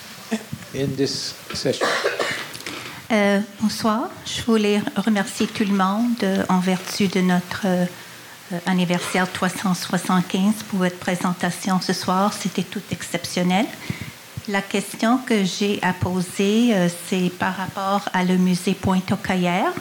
in this session. Euh, bonsoir. Je voulais remercier tout le monde euh, en vertu de notre euh, anniversaire trois cent soixante-quinze pour votre présentation ce soir. C'était tout exceptionnel. La question que j'ai à poser, euh, c'est par rapport à le musée Pointe-aux-Calières.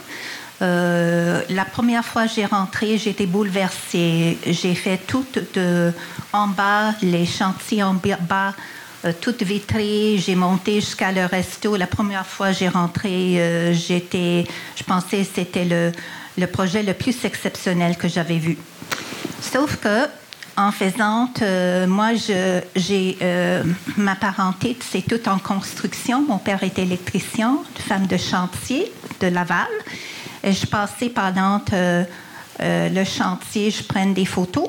Euh, la première fois que j'ai rentré, j'étais bouleversée. J'ai fait tout de, en bas, les chantiers en bas, euh, tout vitré. J'ai monté jusqu'à le resto. La première fois que j'ai rentré, euh, j'étais, je pensais que c'était le, le projet le plus exceptionnel que j'avais vu. Sauf que, en faisant, euh, moi, je, j'ai euh, ma parenté, c'est tout en construction. Mon père était électricien, femme de chantier de Laval. Et je passais pendant euh, euh, le chantier, je prends des photos.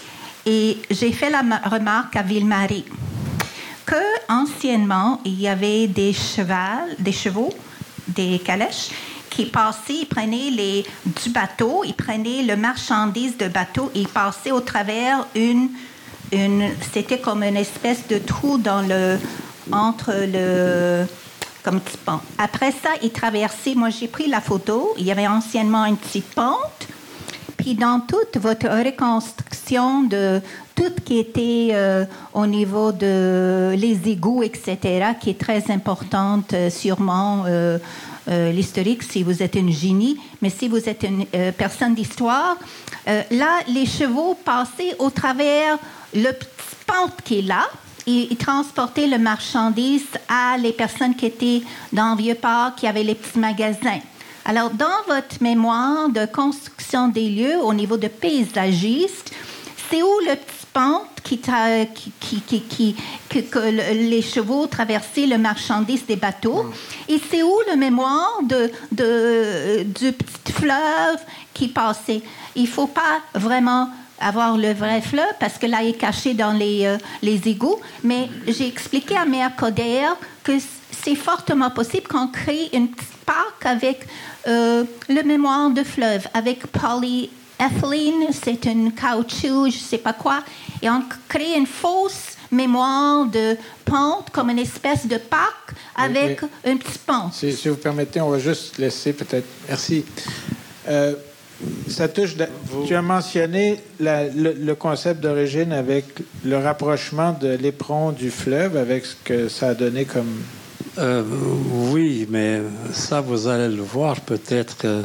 Et j'ai fait la ma- remarque à Ville-Marie qu'anciennement, il y avait des, cheval, des chevaux des calèches qui passaient, ils prenaient les, du bateau, ils prenaient le marchandise de bateau et ils passaient au travers une, une c'était comme une espèce de trou dans le, entre le, comme petit pont. Après ça, ils traversaient, moi j'ai pris la photo, il y avait anciennement une petite pente, puis dans toute votre reconstruction de tout ce qui était euh, au niveau de les égouts, et cetera, qui est très importante, euh, sûrement, euh, euh, l'historique, si vous êtes une génie, mais si vous êtes une euh, personne d'histoire, euh, là, les chevaux passaient au travers le petit pente qui est là, et ils transportaient le marchandise à les personnes qui étaient dans le Vieux-Port, qui avaient les petits magasins. Alors, dans votre mémoire de construction des lieux, au niveau de paysagiste, c'est où le petit pente qui, tra- qui, qui, qui, qui que, que le, les chevaux traversaient le marchandise des bateaux? Mm. Et c'est où le mémoire de, de, du petit fleuve qui passait? Il ne faut pas vraiment avoir le vrai fleuve parce que là, il est caché dans les, euh, les égouts. Mais j'ai expliqué à Mère Coder que c'est fortement possible qu'on crée une petite parc avec euh, le mémoire de fleuve, avec polyethylène, c'est un caoutchouc, je ne sais pas quoi, et on crée une fausse mémoire de pente comme une espèce de parc avec oui, oui. une petite pente. Si, si vous permettez, on va juste laisser peut-être... Merci. Euh, ça touche... Vous... Tu as mentionné la, le, le concept d'origine avec le rapprochement de l'éperon du fleuve avec ce que ça a donné comme... Euh, oui, mais ça, vous allez le voir peut-être que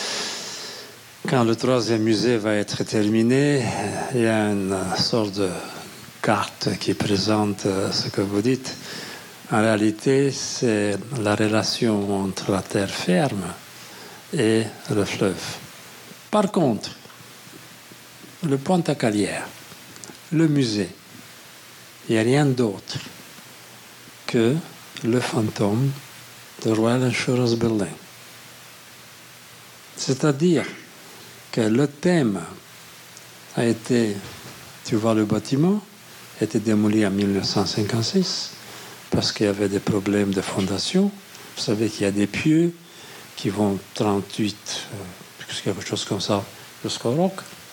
quand le troisième musée va être terminé, il y a une sorte de carte qui présente ce que vous dites. En réalité, c'est la relation entre la terre ferme et le fleuve. Par contre, le Pointe-à-Calière, le musée, il n'y a rien d'autre que le fantôme de Royal Insurance Building. C'est-à-dire que le thème a été, tu vois, le bâtiment a été démoli en mille neuf cent cinquante-six parce qu'il y avait des problèmes de fondation. Vous savez qu'il y a des pieux qui vont trente-huit, euh, quelque chose comme ça, jusqu'au roc.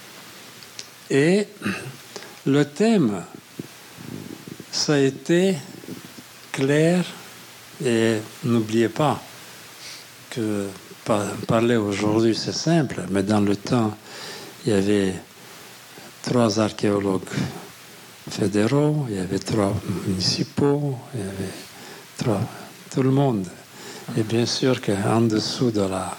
Et le thème, ça a été clair, et n'oubliez pas que par, parler aujourd'hui c'est simple, mais dans le temps il y avait trois archéologues fédéraux, il y avait trois municipaux, il y avait trois, tout le monde. Et bien sûr qu'en dessous de la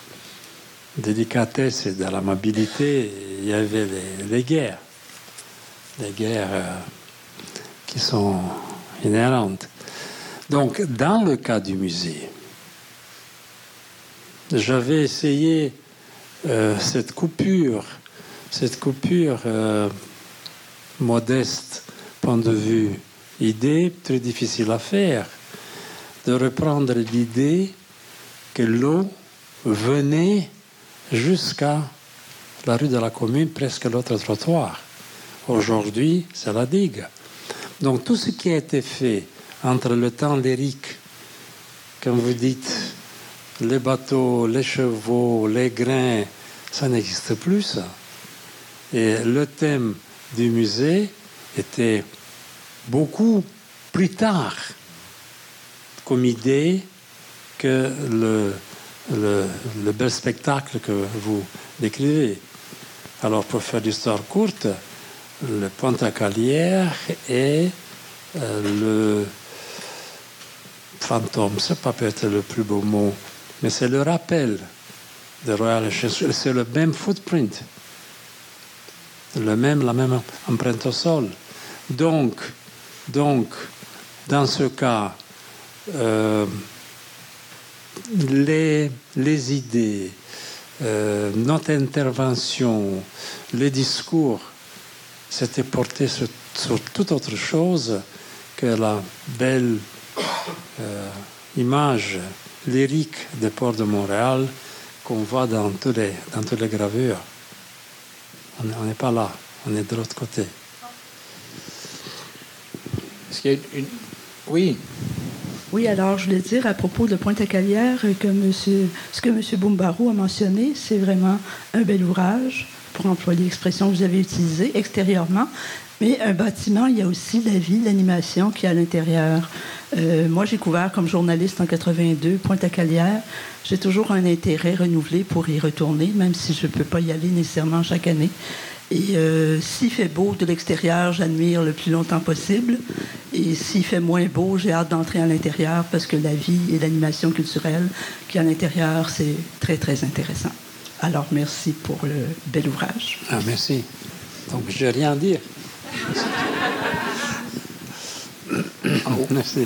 délicatesse et de l'amabilité, il y avait les, les guerres, les guerres euh, qui sont inhérentes. Donc, dans le cas du musée, j'avais essayé euh, cette coupure, cette coupure euh, modeste, point de vue idée, très difficile à faire, de reprendre l'idée que l'eau venait jusqu'à la rue de la Commune, presque l'autre trottoir. Aujourd'hui, c'est la digue. Donc, tout ce qui a été fait entre le temps lyrique, comme vous dites, les bateaux, les chevaux, les grains, ça n'existe plus, ça. Et le thème du musée était beaucoup plus tard comme idée que le, le, le bel spectacle que vous décrivez. Alors, pour faire l'histoire courte, le Pointe-à-Calière est euh, le fantôme, c'est pas peut-être le plus beau mot, mais c'est le rappel de Royal Insurance. C'est le même footprint, le même, la même empreinte au sol. Donc, donc dans ce cas, euh, les, les idées, euh, notre intervention, les discours, s'étaient portés sur, sur toute autre chose que la belle euh, image lyrique des ports de Montréal qu'on voit dans, tous les, dans toutes les gravures. On n'est pas là, on est de l'autre côté. Est-ce qu'il y a une... Oui. Oui, alors je voulais dire à propos de Pointe-à-Calière que monsieur, ce que M. Boumbarou a mentionné, c'est vraiment un bel ouvrage, pour employer l'expression que vous avez utilisée, extérieurement. Mais un bâtiment, il y a aussi la vie, l'animation qui est à l'intérieur. Euh, moi, j'ai couvert comme journaliste en quatre-vingt-deux Pointe-à-Calière. J'ai toujours un intérêt renouvelé pour y retourner, même si je ne peux pas y aller nécessairement chaque année. Et euh, s'il fait beau de l'extérieur, j'admire le plus longtemps possible. Et s'il fait moins beau, j'ai hâte d'entrer à l'intérieur parce que la vie et l'animation culturelle qui est à l'intérieur, c'est très, très intéressant. Alors, merci pour le bel ouvrage. Ah, merci. Donc, je n'ai rien à dire. Oh, merci.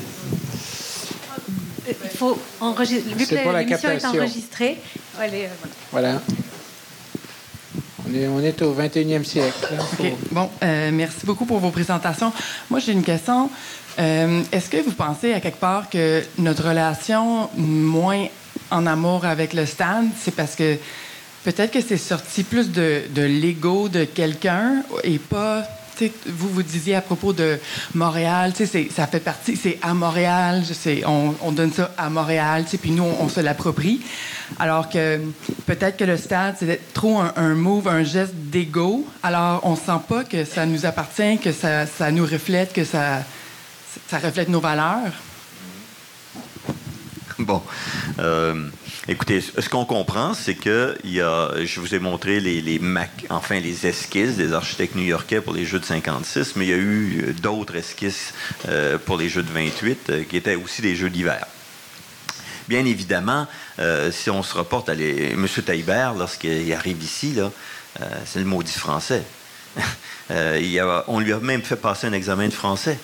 Il faut enregistrer. Vu que l'émission est enregistrée, allez, euh, voilà. Voilà. On est, on est au vingt et unième siècle. Là, OK. Bon, euh, merci beaucoup pour vos présentations. Moi, j'ai une question. Euh, est-ce que vous pensez à quelque part que notre relation moins en amour avec le stade, c'est parce que peut-être que c'est sorti plus de, de l'ego de quelqu'un et pas... Vous vous disiez à propos de Montréal, ça fait partie, c'est à Montréal, on, on donne ça à Montréal, puis nous, on, on se l'approprie. Alors que peut-être que le stade, c'est trop un, un move, un geste d'ego. Alors, on sent pas que ça nous appartient, que ça, ça nous reflète, que ça, ça reflète nos valeurs. Bon. Euh, écoutez, ce qu'on comprend, c'est que il y a, je vous ai montré les, les mac, enfin les esquisses des architectes new-yorkais pour les Jeux de cinquante-six, mais il y a eu d'autres esquisses euh, pour les Jeux de vingt-huit euh, qui étaient aussi des Jeux d'hiver. Bien évidemment, euh, si on se reporte à les, M. Taillibert, lorsqu'il arrive ici, là, euh, c'est le maudit français. euh, il a, on lui a même fait passer un examen de français.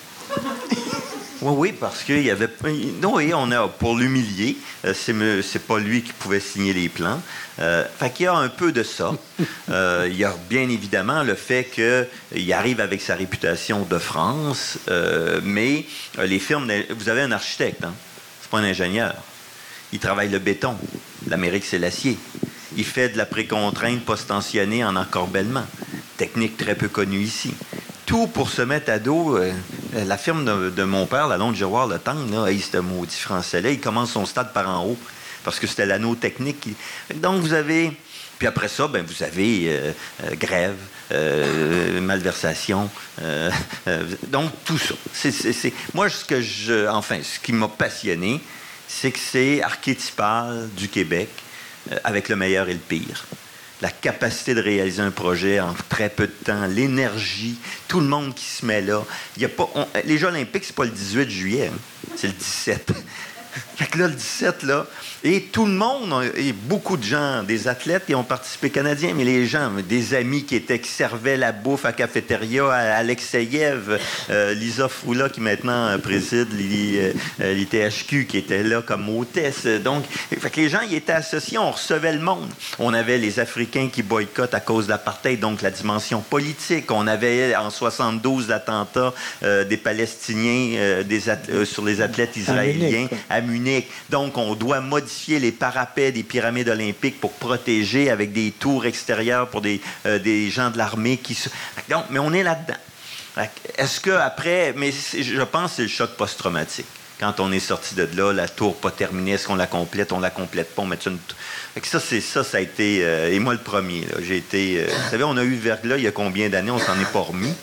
Oui, oui, parce qu'il y avait... Non, oui, on a, pour l'humilier, euh, c'est, c'est pas lui qui pouvait signer les plans. Euh, fait qu'il y a un peu de ça. Euh, il y a bien évidemment le fait qu'il arrive avec sa réputation de France, euh, mais euh, les firmes... Vous avez un architecte, hein? C'est pas un ingénieur. Il travaille le béton. L'Amérique, c'est l'acier. Il fait de la précontrainte post-tensionnée en encorbellement. Technique très peu connue ici. Tout pour se mettre à dos. Euh, la firme de, de mon père, la Londe Giroir Le Tang, là, hey, ce maudit français-là, il commence son stade par en haut parce que c'était l'anneau technique. Qui... Donc, vous avez... Puis après ça, ben, vous avez euh, euh, grève, euh, malversation. Euh, euh, donc, tout ça. C'est, c'est, c'est... Moi, ce que je... Enfin, ce qui m'a passionné, c'est que c'est archétypal du Québec euh, avec le meilleur et le pire. La capacité de réaliser un projet en très peu de temps, l'énergie, tout le monde qui se met là. Il y a pas, on, les Jeux olympiques, c'est pas le dix-huit juillet, hein, c'est le dix-sept. Fait que là, le dix-sept, là, et tout le monde, et beaucoup de gens, des athlètes qui ont participé canadiens, mais les gens, des amis qui étaient, qui servaient la bouffe à cafétéria, à Alexeyev, euh, Lisa Froula, qui maintenant préside l'I T H Q, qui était là comme hôtesse. Donc, fait que les gens, ils étaient associés, on recevait le monde. On avait les Africains qui boycottent à cause de l'apartheid, donc la dimension politique. On avait, en soixante-douze, l'attentat euh, des Palestiniens euh, des at- euh, sur les athlètes israéliens à Munich. Donc, on doit modifier les parapets des pyramides olympiques pour protéger avec des tours extérieures pour des, euh, des gens de l'armée qui se... Donc, mais on est là-dedans. Est-ce qu'après... Mais je pense que c'est le choc post-traumatique. Quand on est sorti de là, la tour pas terminée, est-ce qu'on la complète? On la complète pas, on met une... Ça, c'est ça, ça a été... Euh, et moi, le premier, là, j'ai été... Euh, vous savez, on a eu le verglas il y a combien d'années? On s'en est pas remis.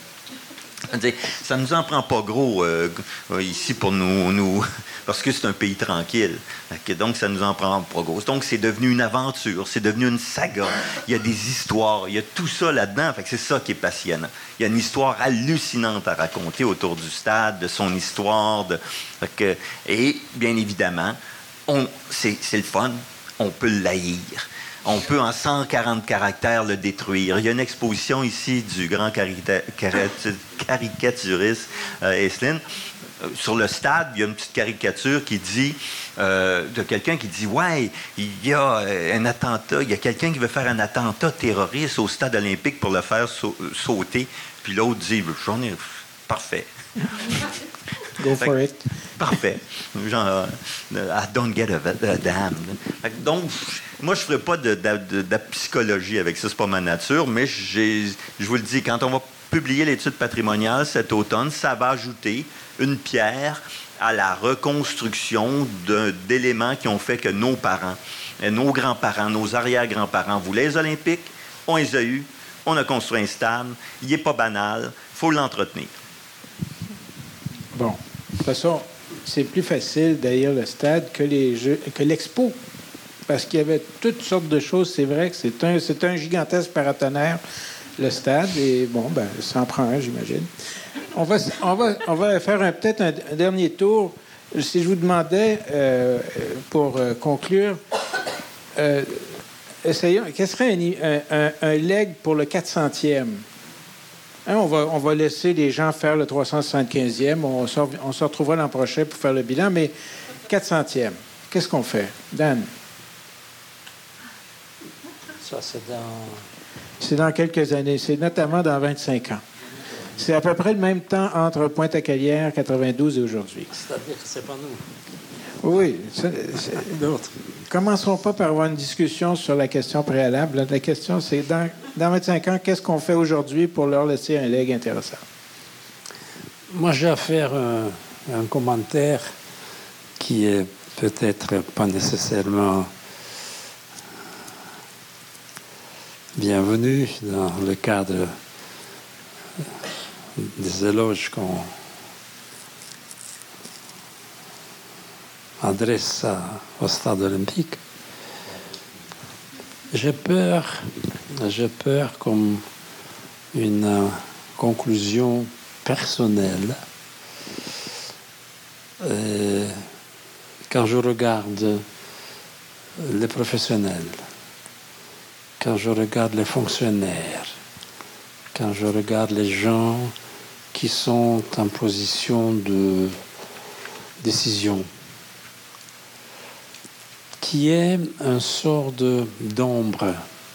Ça ne nous en prend pas gros euh, ici pour nous, nous... Parce que c'est un pays tranquille. Donc, ça ne nous en prend pas gros. Donc, c'est devenu une aventure, c'est devenu une saga. Il y a des histoires, il y a tout ça là-dedans. Fait que c'est ça qui est passionnant. Il y a une histoire hallucinante à raconter autour du stade, de son histoire. De... Fait que... Et, bien évidemment, on... c'est, c'est le fun. On peut l'haïr. On peut, en cent quarante caractères, le détruire. Il y a une exposition ici du grand carita- carita- caricaturiste euh, Aislinn. Euh, sur le stade, il y a une petite caricature qui dit, euh, de quelqu'un qui dit, ouais, il y a euh, un attentat, il y a quelqu'un qui veut faire un attentat terroriste au stade olympique pour le faire sa- sauter. Puis l'autre dit, j'en ai... Parfait. Go for fait, it. Parfait. Genre, uh, I don't get a, a damn. Donc, moi, je ne ferai pas de, de, de, de psychologie avec ça, c'est pas ma nature, mais j'ai, je vous le dis, quand on va publier l'étude patrimoniale cet automne. Ça va ajouter une pierre à la reconstruction d'éléments qui ont fait que nos parents, nos grands-parents, nos arrière-grands-parents voulaient les Olympiques, on les a eus, on a construit un stade, il n'est pas banal, il faut l'entretenir. Bon, de toute façon, c'est plus facile d'ailleurs le stade que les jeux, que l'expo, parce qu'il y avait toutes sortes de choses. C'est vrai que c'est un, c'est un gigantesque paratonnerre, le stade, et bon, ben, ça en prend un, j'imagine. On va, on va, on va faire un, peut-être un, un dernier tour. Si je vous demandais, euh, pour euh, conclure, euh, essayons, qu'est-ce serait un, un, un leg pour le quatre centième? Hein, on, va, on va laisser les gens faire le trois cent soixante-quinzième. On, on se retrouvera l'an prochain pour faire le bilan, mais quatre centième, qu'est-ce qu'on fait? Dan? Ça, c'est dans... C'est dans quelques années. C'est notamment dans vingt-cinq ans. C'est à peu près le même temps entre Pointe-à-Calière, quatre-vingt-douze, et aujourd'hui. C'est-à-dire que c'est pas nous. Oui. C'est, c'est... D'autres. Commençons pas par avoir une discussion sur la question préalable. La question, c'est dans, dans vingt-cinq ans, qu'est-ce qu'on fait aujourd'hui pour leur laisser un legs intéressant? Moi, j'ai à faire un, un commentaire qui est peut-être pas nécessairement bienvenu dans le cadre des éloges qu'on adresse à, au stade olympique. J'ai peur, j'ai peur comme une euh, conclusion personnelle. Et quand je regarde les professionnels, quand je regarde les fonctionnaires, quand je regarde les gens qui sont en position de décision, qui est un sort de, d'ombre.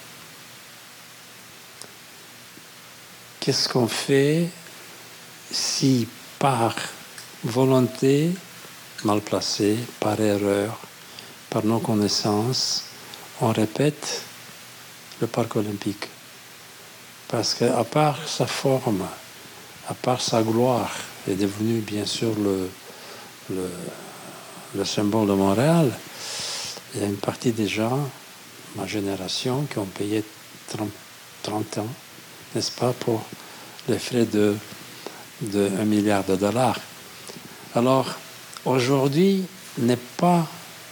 Qu'est-ce qu'on fait si par volonté mal placée, par erreur, par nos connaissances, on répète le parc olympique? Parce qu'à part sa forme, à part sa gloire, est devenu bien sûr le, le, le symbole de Montréal, il y a une partie des gens, ma génération, qui ont payé trente ans, n'est-ce pas, pour les frais de, de un milliard de dollars. Alors, aujourd'hui, n'est pas,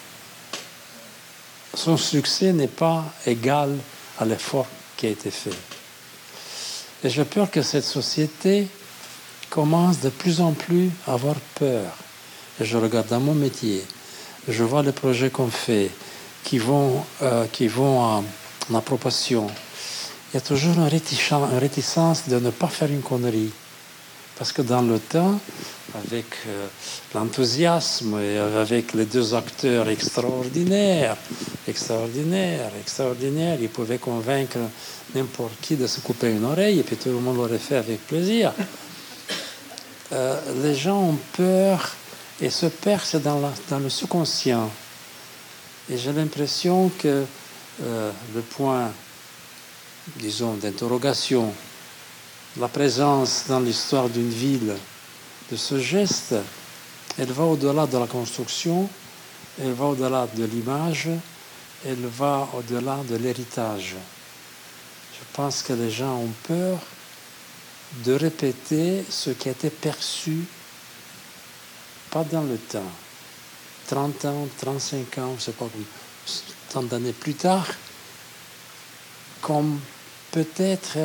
son succès n'est pas égal à l'effort qui a été fait. Et j'ai peur que cette société commence de plus en plus à avoir peur. Et je regarde dans mon métier, je vois les projets qu'on fait, qui vont, euh, qui vont en, en approbation. Il y a toujours une réticence, une réticence de ne pas faire une connerie. Parce que dans le temps, avec euh, l'enthousiasme et avec les deux acteurs extraordinaires, extraordinaires, extraordinaires, ils pouvaient convaincre n'importe qui de se couper une oreille et puis tout le monde l'aurait fait avec plaisir. Euh, les gens ont peur et se percent dans, la, dans le sous-conscient. Et j'ai l'impression que euh, le point, disons, d'interrogation, la présence dans l'histoire d'une ville de ce geste, elle va au-delà de la construction, elle va au-delà de l'image, elle va au-delà de l'héritage. Je pense que les gens ont peur de répéter ce qui a été perçu, pas dans le temps, trente ans, trente-cinq ans, je ne sais pas, tant d'années plus tard, comme peut-être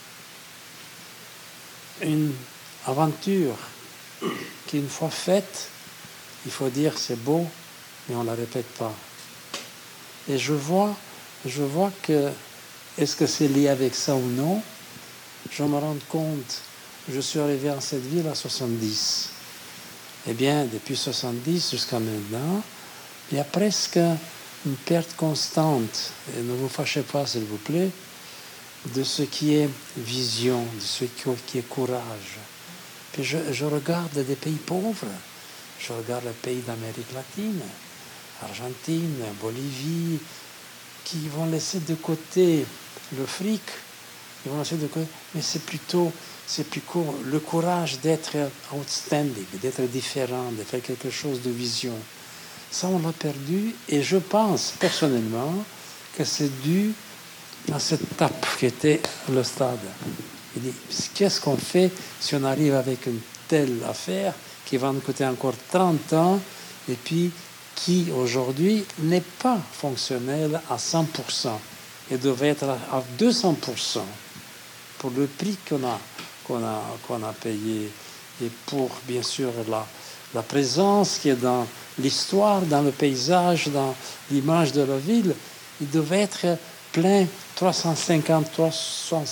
une aventure qui, une fois faite, il faut dire c'est beau, mais on ne la répète pas. Et je vois, je vois que, est-ce que c'est lié avec ça ou non? Je me rends compte, je suis arrivé en cette ville à soixante-dix. Eh bien, depuis soixante-dix jusqu'à maintenant, il y a presque une perte constante, et ne vous fâchez pas s'il vous plaît, de ce qui est vision, de ce qui est courage. Puis je, je regarde des pays pauvres, je regarde les pays d'Amérique latine, Argentine, Bolivie, qui vont laisser de côté le fric, ils vont laisser de côté, mais c'est plutôt, c'est plus court, le courage d'être outstanding, d'être différent, de faire quelque chose de vision. Ça, on l'a perdu, et je pense personnellement que c'est dû à cette tape qui était le stade. Il dit, qu'est-ce qu'on fait si on arrive avec une telle affaire qui va nous coûter encore trente ans et puis qui aujourd'hui n'est pas fonctionnelle à cent pour cent et devait être à deux cents pour cent pour le prix qu'on a, qu'on a, qu'on a payé et pour bien sûr la, la présence qui est dans l'histoire, dans le paysage, dans l'image de la ville. Il devait être plein trois cent cinquante, trois cent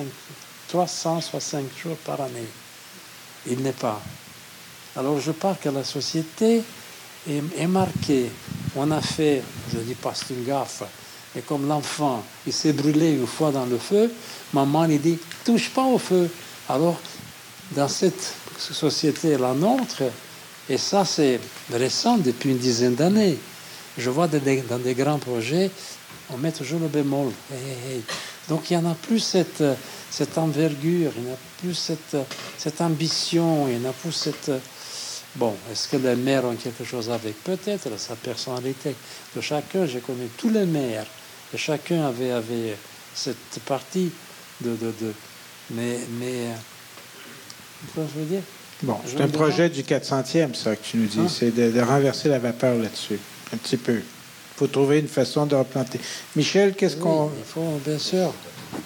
soixante jours par année. Il n'est pas. Alors je pense que la société est, est marquée. On a fait, je ne dis pas c'est une gaffe, mais comme l'enfant, il s'est brûlé une fois dans le feu, maman lui dit « touche pas au feu ». Alors, dans cette société, la nôtre, et ça c'est récent depuis une dizaine d'années, je vois des, dans des grands projets, on met toujours le bémol. Hey, hey, hey. Donc il n'y en a plus cette, cette envergure, il n'y a plus cette, cette ambition, il n'y a plus cette... Bon, est-ce que les maires ont quelque chose avec? Peut-être, sa personnalité de chacun. J'ai connu tous les maires, et chacun avait, avait cette partie de... de, de mais... mais quoi je veux dire? Bon, c'est un projet du quatre centième, ça, que tu nous dis. Hein? C'est de, de renverser la vapeur là-dessus, un petit peu. Il faut trouver une façon de replanter. Michel, qu'est-ce oui, qu'on... il faut, bien sûr.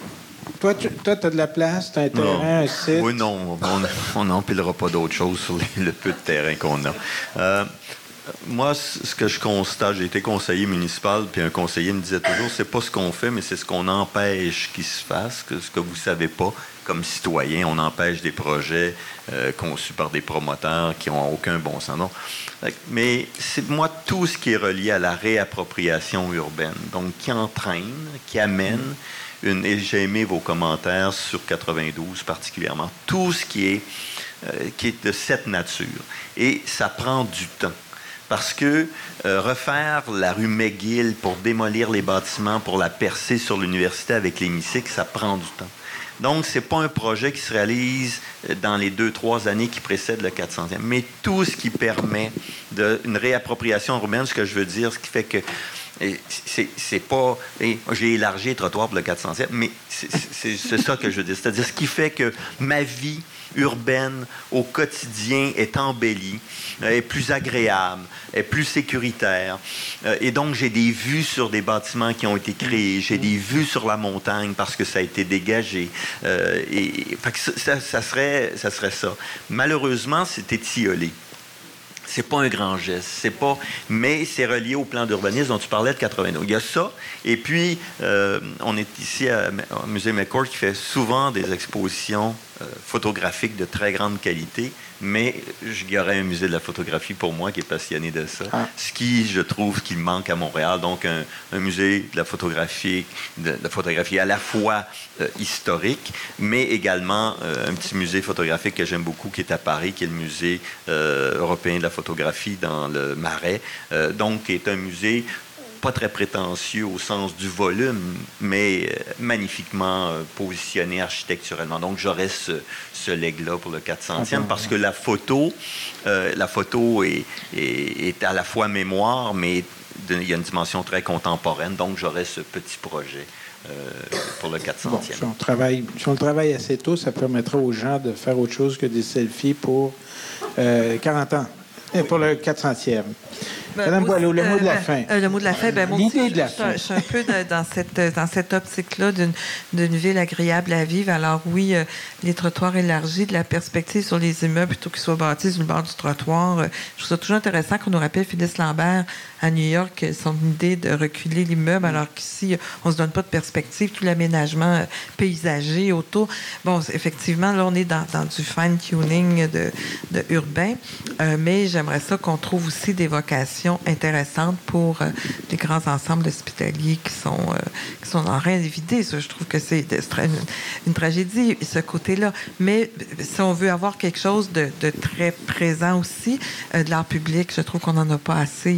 Toi, tu as de la place, tu as un terrain, non. un site. Oui, non, on n'empilera pas d'autres choses sur les, le peu de terrain qu'on a. Euh, moi, ce que je constate, j'ai été conseiller municipal, puis un conseiller me disait toujours, c'est pas ce qu'on fait, mais c'est ce qu'on empêche qu'il se fasse, que ce que vous savez pas. Comme citoyen, on empêche des projets euh, conçus par des promoteurs qui n'ont aucun bon sens. Non. Mais c'est moi tout ce qui est relié à la réappropriation urbaine, donc qui entraîne, qui amène, une, et j'ai aimé vos commentaires sur quatre-vingt-douze particulièrement, tout ce qui est, euh, qui est de cette nature. Et ça prend du temps. Parce que euh, refaire la rue McGill pour démolir les bâtiments, pour la percer sur l'université avec l'hémicycle, ça prend du temps. Donc, ce n'est pas un projet qui se réalise dans les deux, trois années qui précèdent le quatre centième. Mais tout ce qui permet de, une réappropriation urbaine, ce que je veux dire, ce qui fait que c'est, c'est pas... Et j'ai élargi les trottoirs pour le quatre centième, mais c'est, c'est, c'est ça que je veux dire. C'est-à-dire ce qui fait que ma vie urbaine au quotidien est embellie, est plus agréable, est plus sécuritaire. Et donc, j'ai des vues sur des bâtiments qui ont été créés. J'ai des vues sur la montagne parce que ça a été dégagé. Euh, et, fait que ça, ça, serait, ça serait ça. Malheureusement, c'est étiolé. C'est pas un grand geste, c'est pas, mais c'est relié au plan d'urbanisme dont tu parlais de quatre-vingt-douze. Il y a ça, et puis euh, on est ici à, au Musée McCourt qui fait souvent des expositions euh, photographiques de très grande qualité, mais il y aurait un musée de la photographie pour moi qui est passionné de ça. Ah. Ce qui, je trouve, qu'il manque à Montréal. Donc, un, un musée de la photographie, de, de photographie à la fois euh, historique, mais également euh, un petit musée photographique que j'aime beaucoup qui est à Paris, qui est le musée euh, européen de la photographie dans le Marais. Euh, donc, qui est un musée pas très prétentieux au sens du volume, mais euh, magnifiquement euh, positionné architecturalement. Donc, j'aurais ce, ce legs-là pour le quatre centième, okay, parce que la photo, euh, la photo est, est, est à la fois mémoire, mais il y a une dimension très contemporaine. Donc, j'aurais ce petit projet euh, pour le quatre centième. Bon, si on travaille, si on le travaille assez tôt, ça permettra aux gens de faire autre chose que des selfies pour euh, quarante ans. Et pour le quatre centième. Ben, Madame Boileau, le euh, mot de la ben, fin. Euh, le mot de la fin, ben, moi L'idée aussi, de la je, fin. Je suis un peu de, dans cette, dans cette optique-là d'une, d'une ville agréable à vivre. Alors oui, euh, les trottoirs élargis, de la perspective sur les immeubles plutôt qu'ils soient bâtis sur le bord du trottoir. Euh, je trouve ça toujours intéressant qu'on nous rappelle Phyllis Lambert à New York, son idée de reculer l'immeuble, alors qu'ici, on ne se donne pas de perspective, tout l'aménagement paysager autour. Bon, effectivement, là, on est dans, dans du fine-tuning de, de urbain, euh, mais j'aimerais ça qu'on trouve aussi des vocations intéressantes pour euh, les grands ensembles hospitaliers qui sont, euh, qui sont en train d'éviter. Ça, je trouve que c'est, c'est une, une tragédie, ce côté-là. Mais si on veut avoir quelque chose de, de très présent aussi, euh, de l'art public, je trouve qu'on n'en a pas assez. Il y a des lieux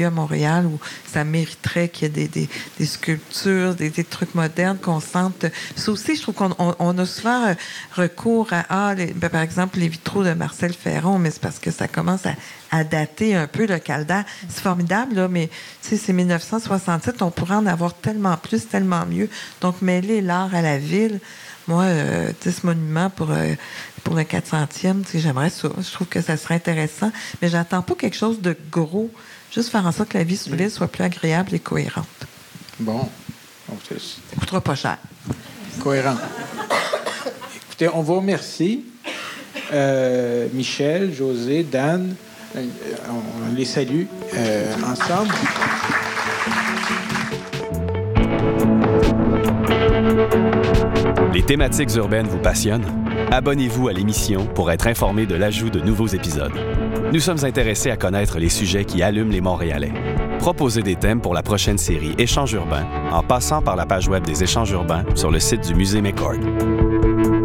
à Montréal où ça mériterait qu'il y ait des, des, des sculptures, des, des trucs modernes qu'on sente. Ça aussi, je trouve qu'on on, on a souvent recours à, ah, les, ben, par exemple, les vitraux de Marcel Ferron, mais c'est parce que ça commence à, à dater un peu le Calda. C'est formidable, là, mais c'est mille neuf cent soixante-sept, on pourrait en avoir tellement plus, tellement mieux. Donc, mêler l'art à la ville, moi, euh, ce monument pour, euh, pour le quatre centième, j'aimerais ça. Je trouve que ça serait intéressant, mais j'attends pas quelque chose de gros. Juste faire en sorte que la vie sur l'île soit plus agréable et cohérente. Bon. Ça ne coûtera pas cher. Cohérent. Écoutez, on vous remercie. Euh, Michel, José, Dan, euh, on les salue euh, ensemble. Les thématiques urbaines vous passionnent? Abonnez-vous à l'émission pour être informé de l'ajout de nouveaux épisodes. Nous sommes intéressés à connaître les sujets qui allument les Montréalais. Proposez des thèmes pour la prochaine série Échanges urbains en passant par la page web des Échanges urbains sur le site du Musée McCord.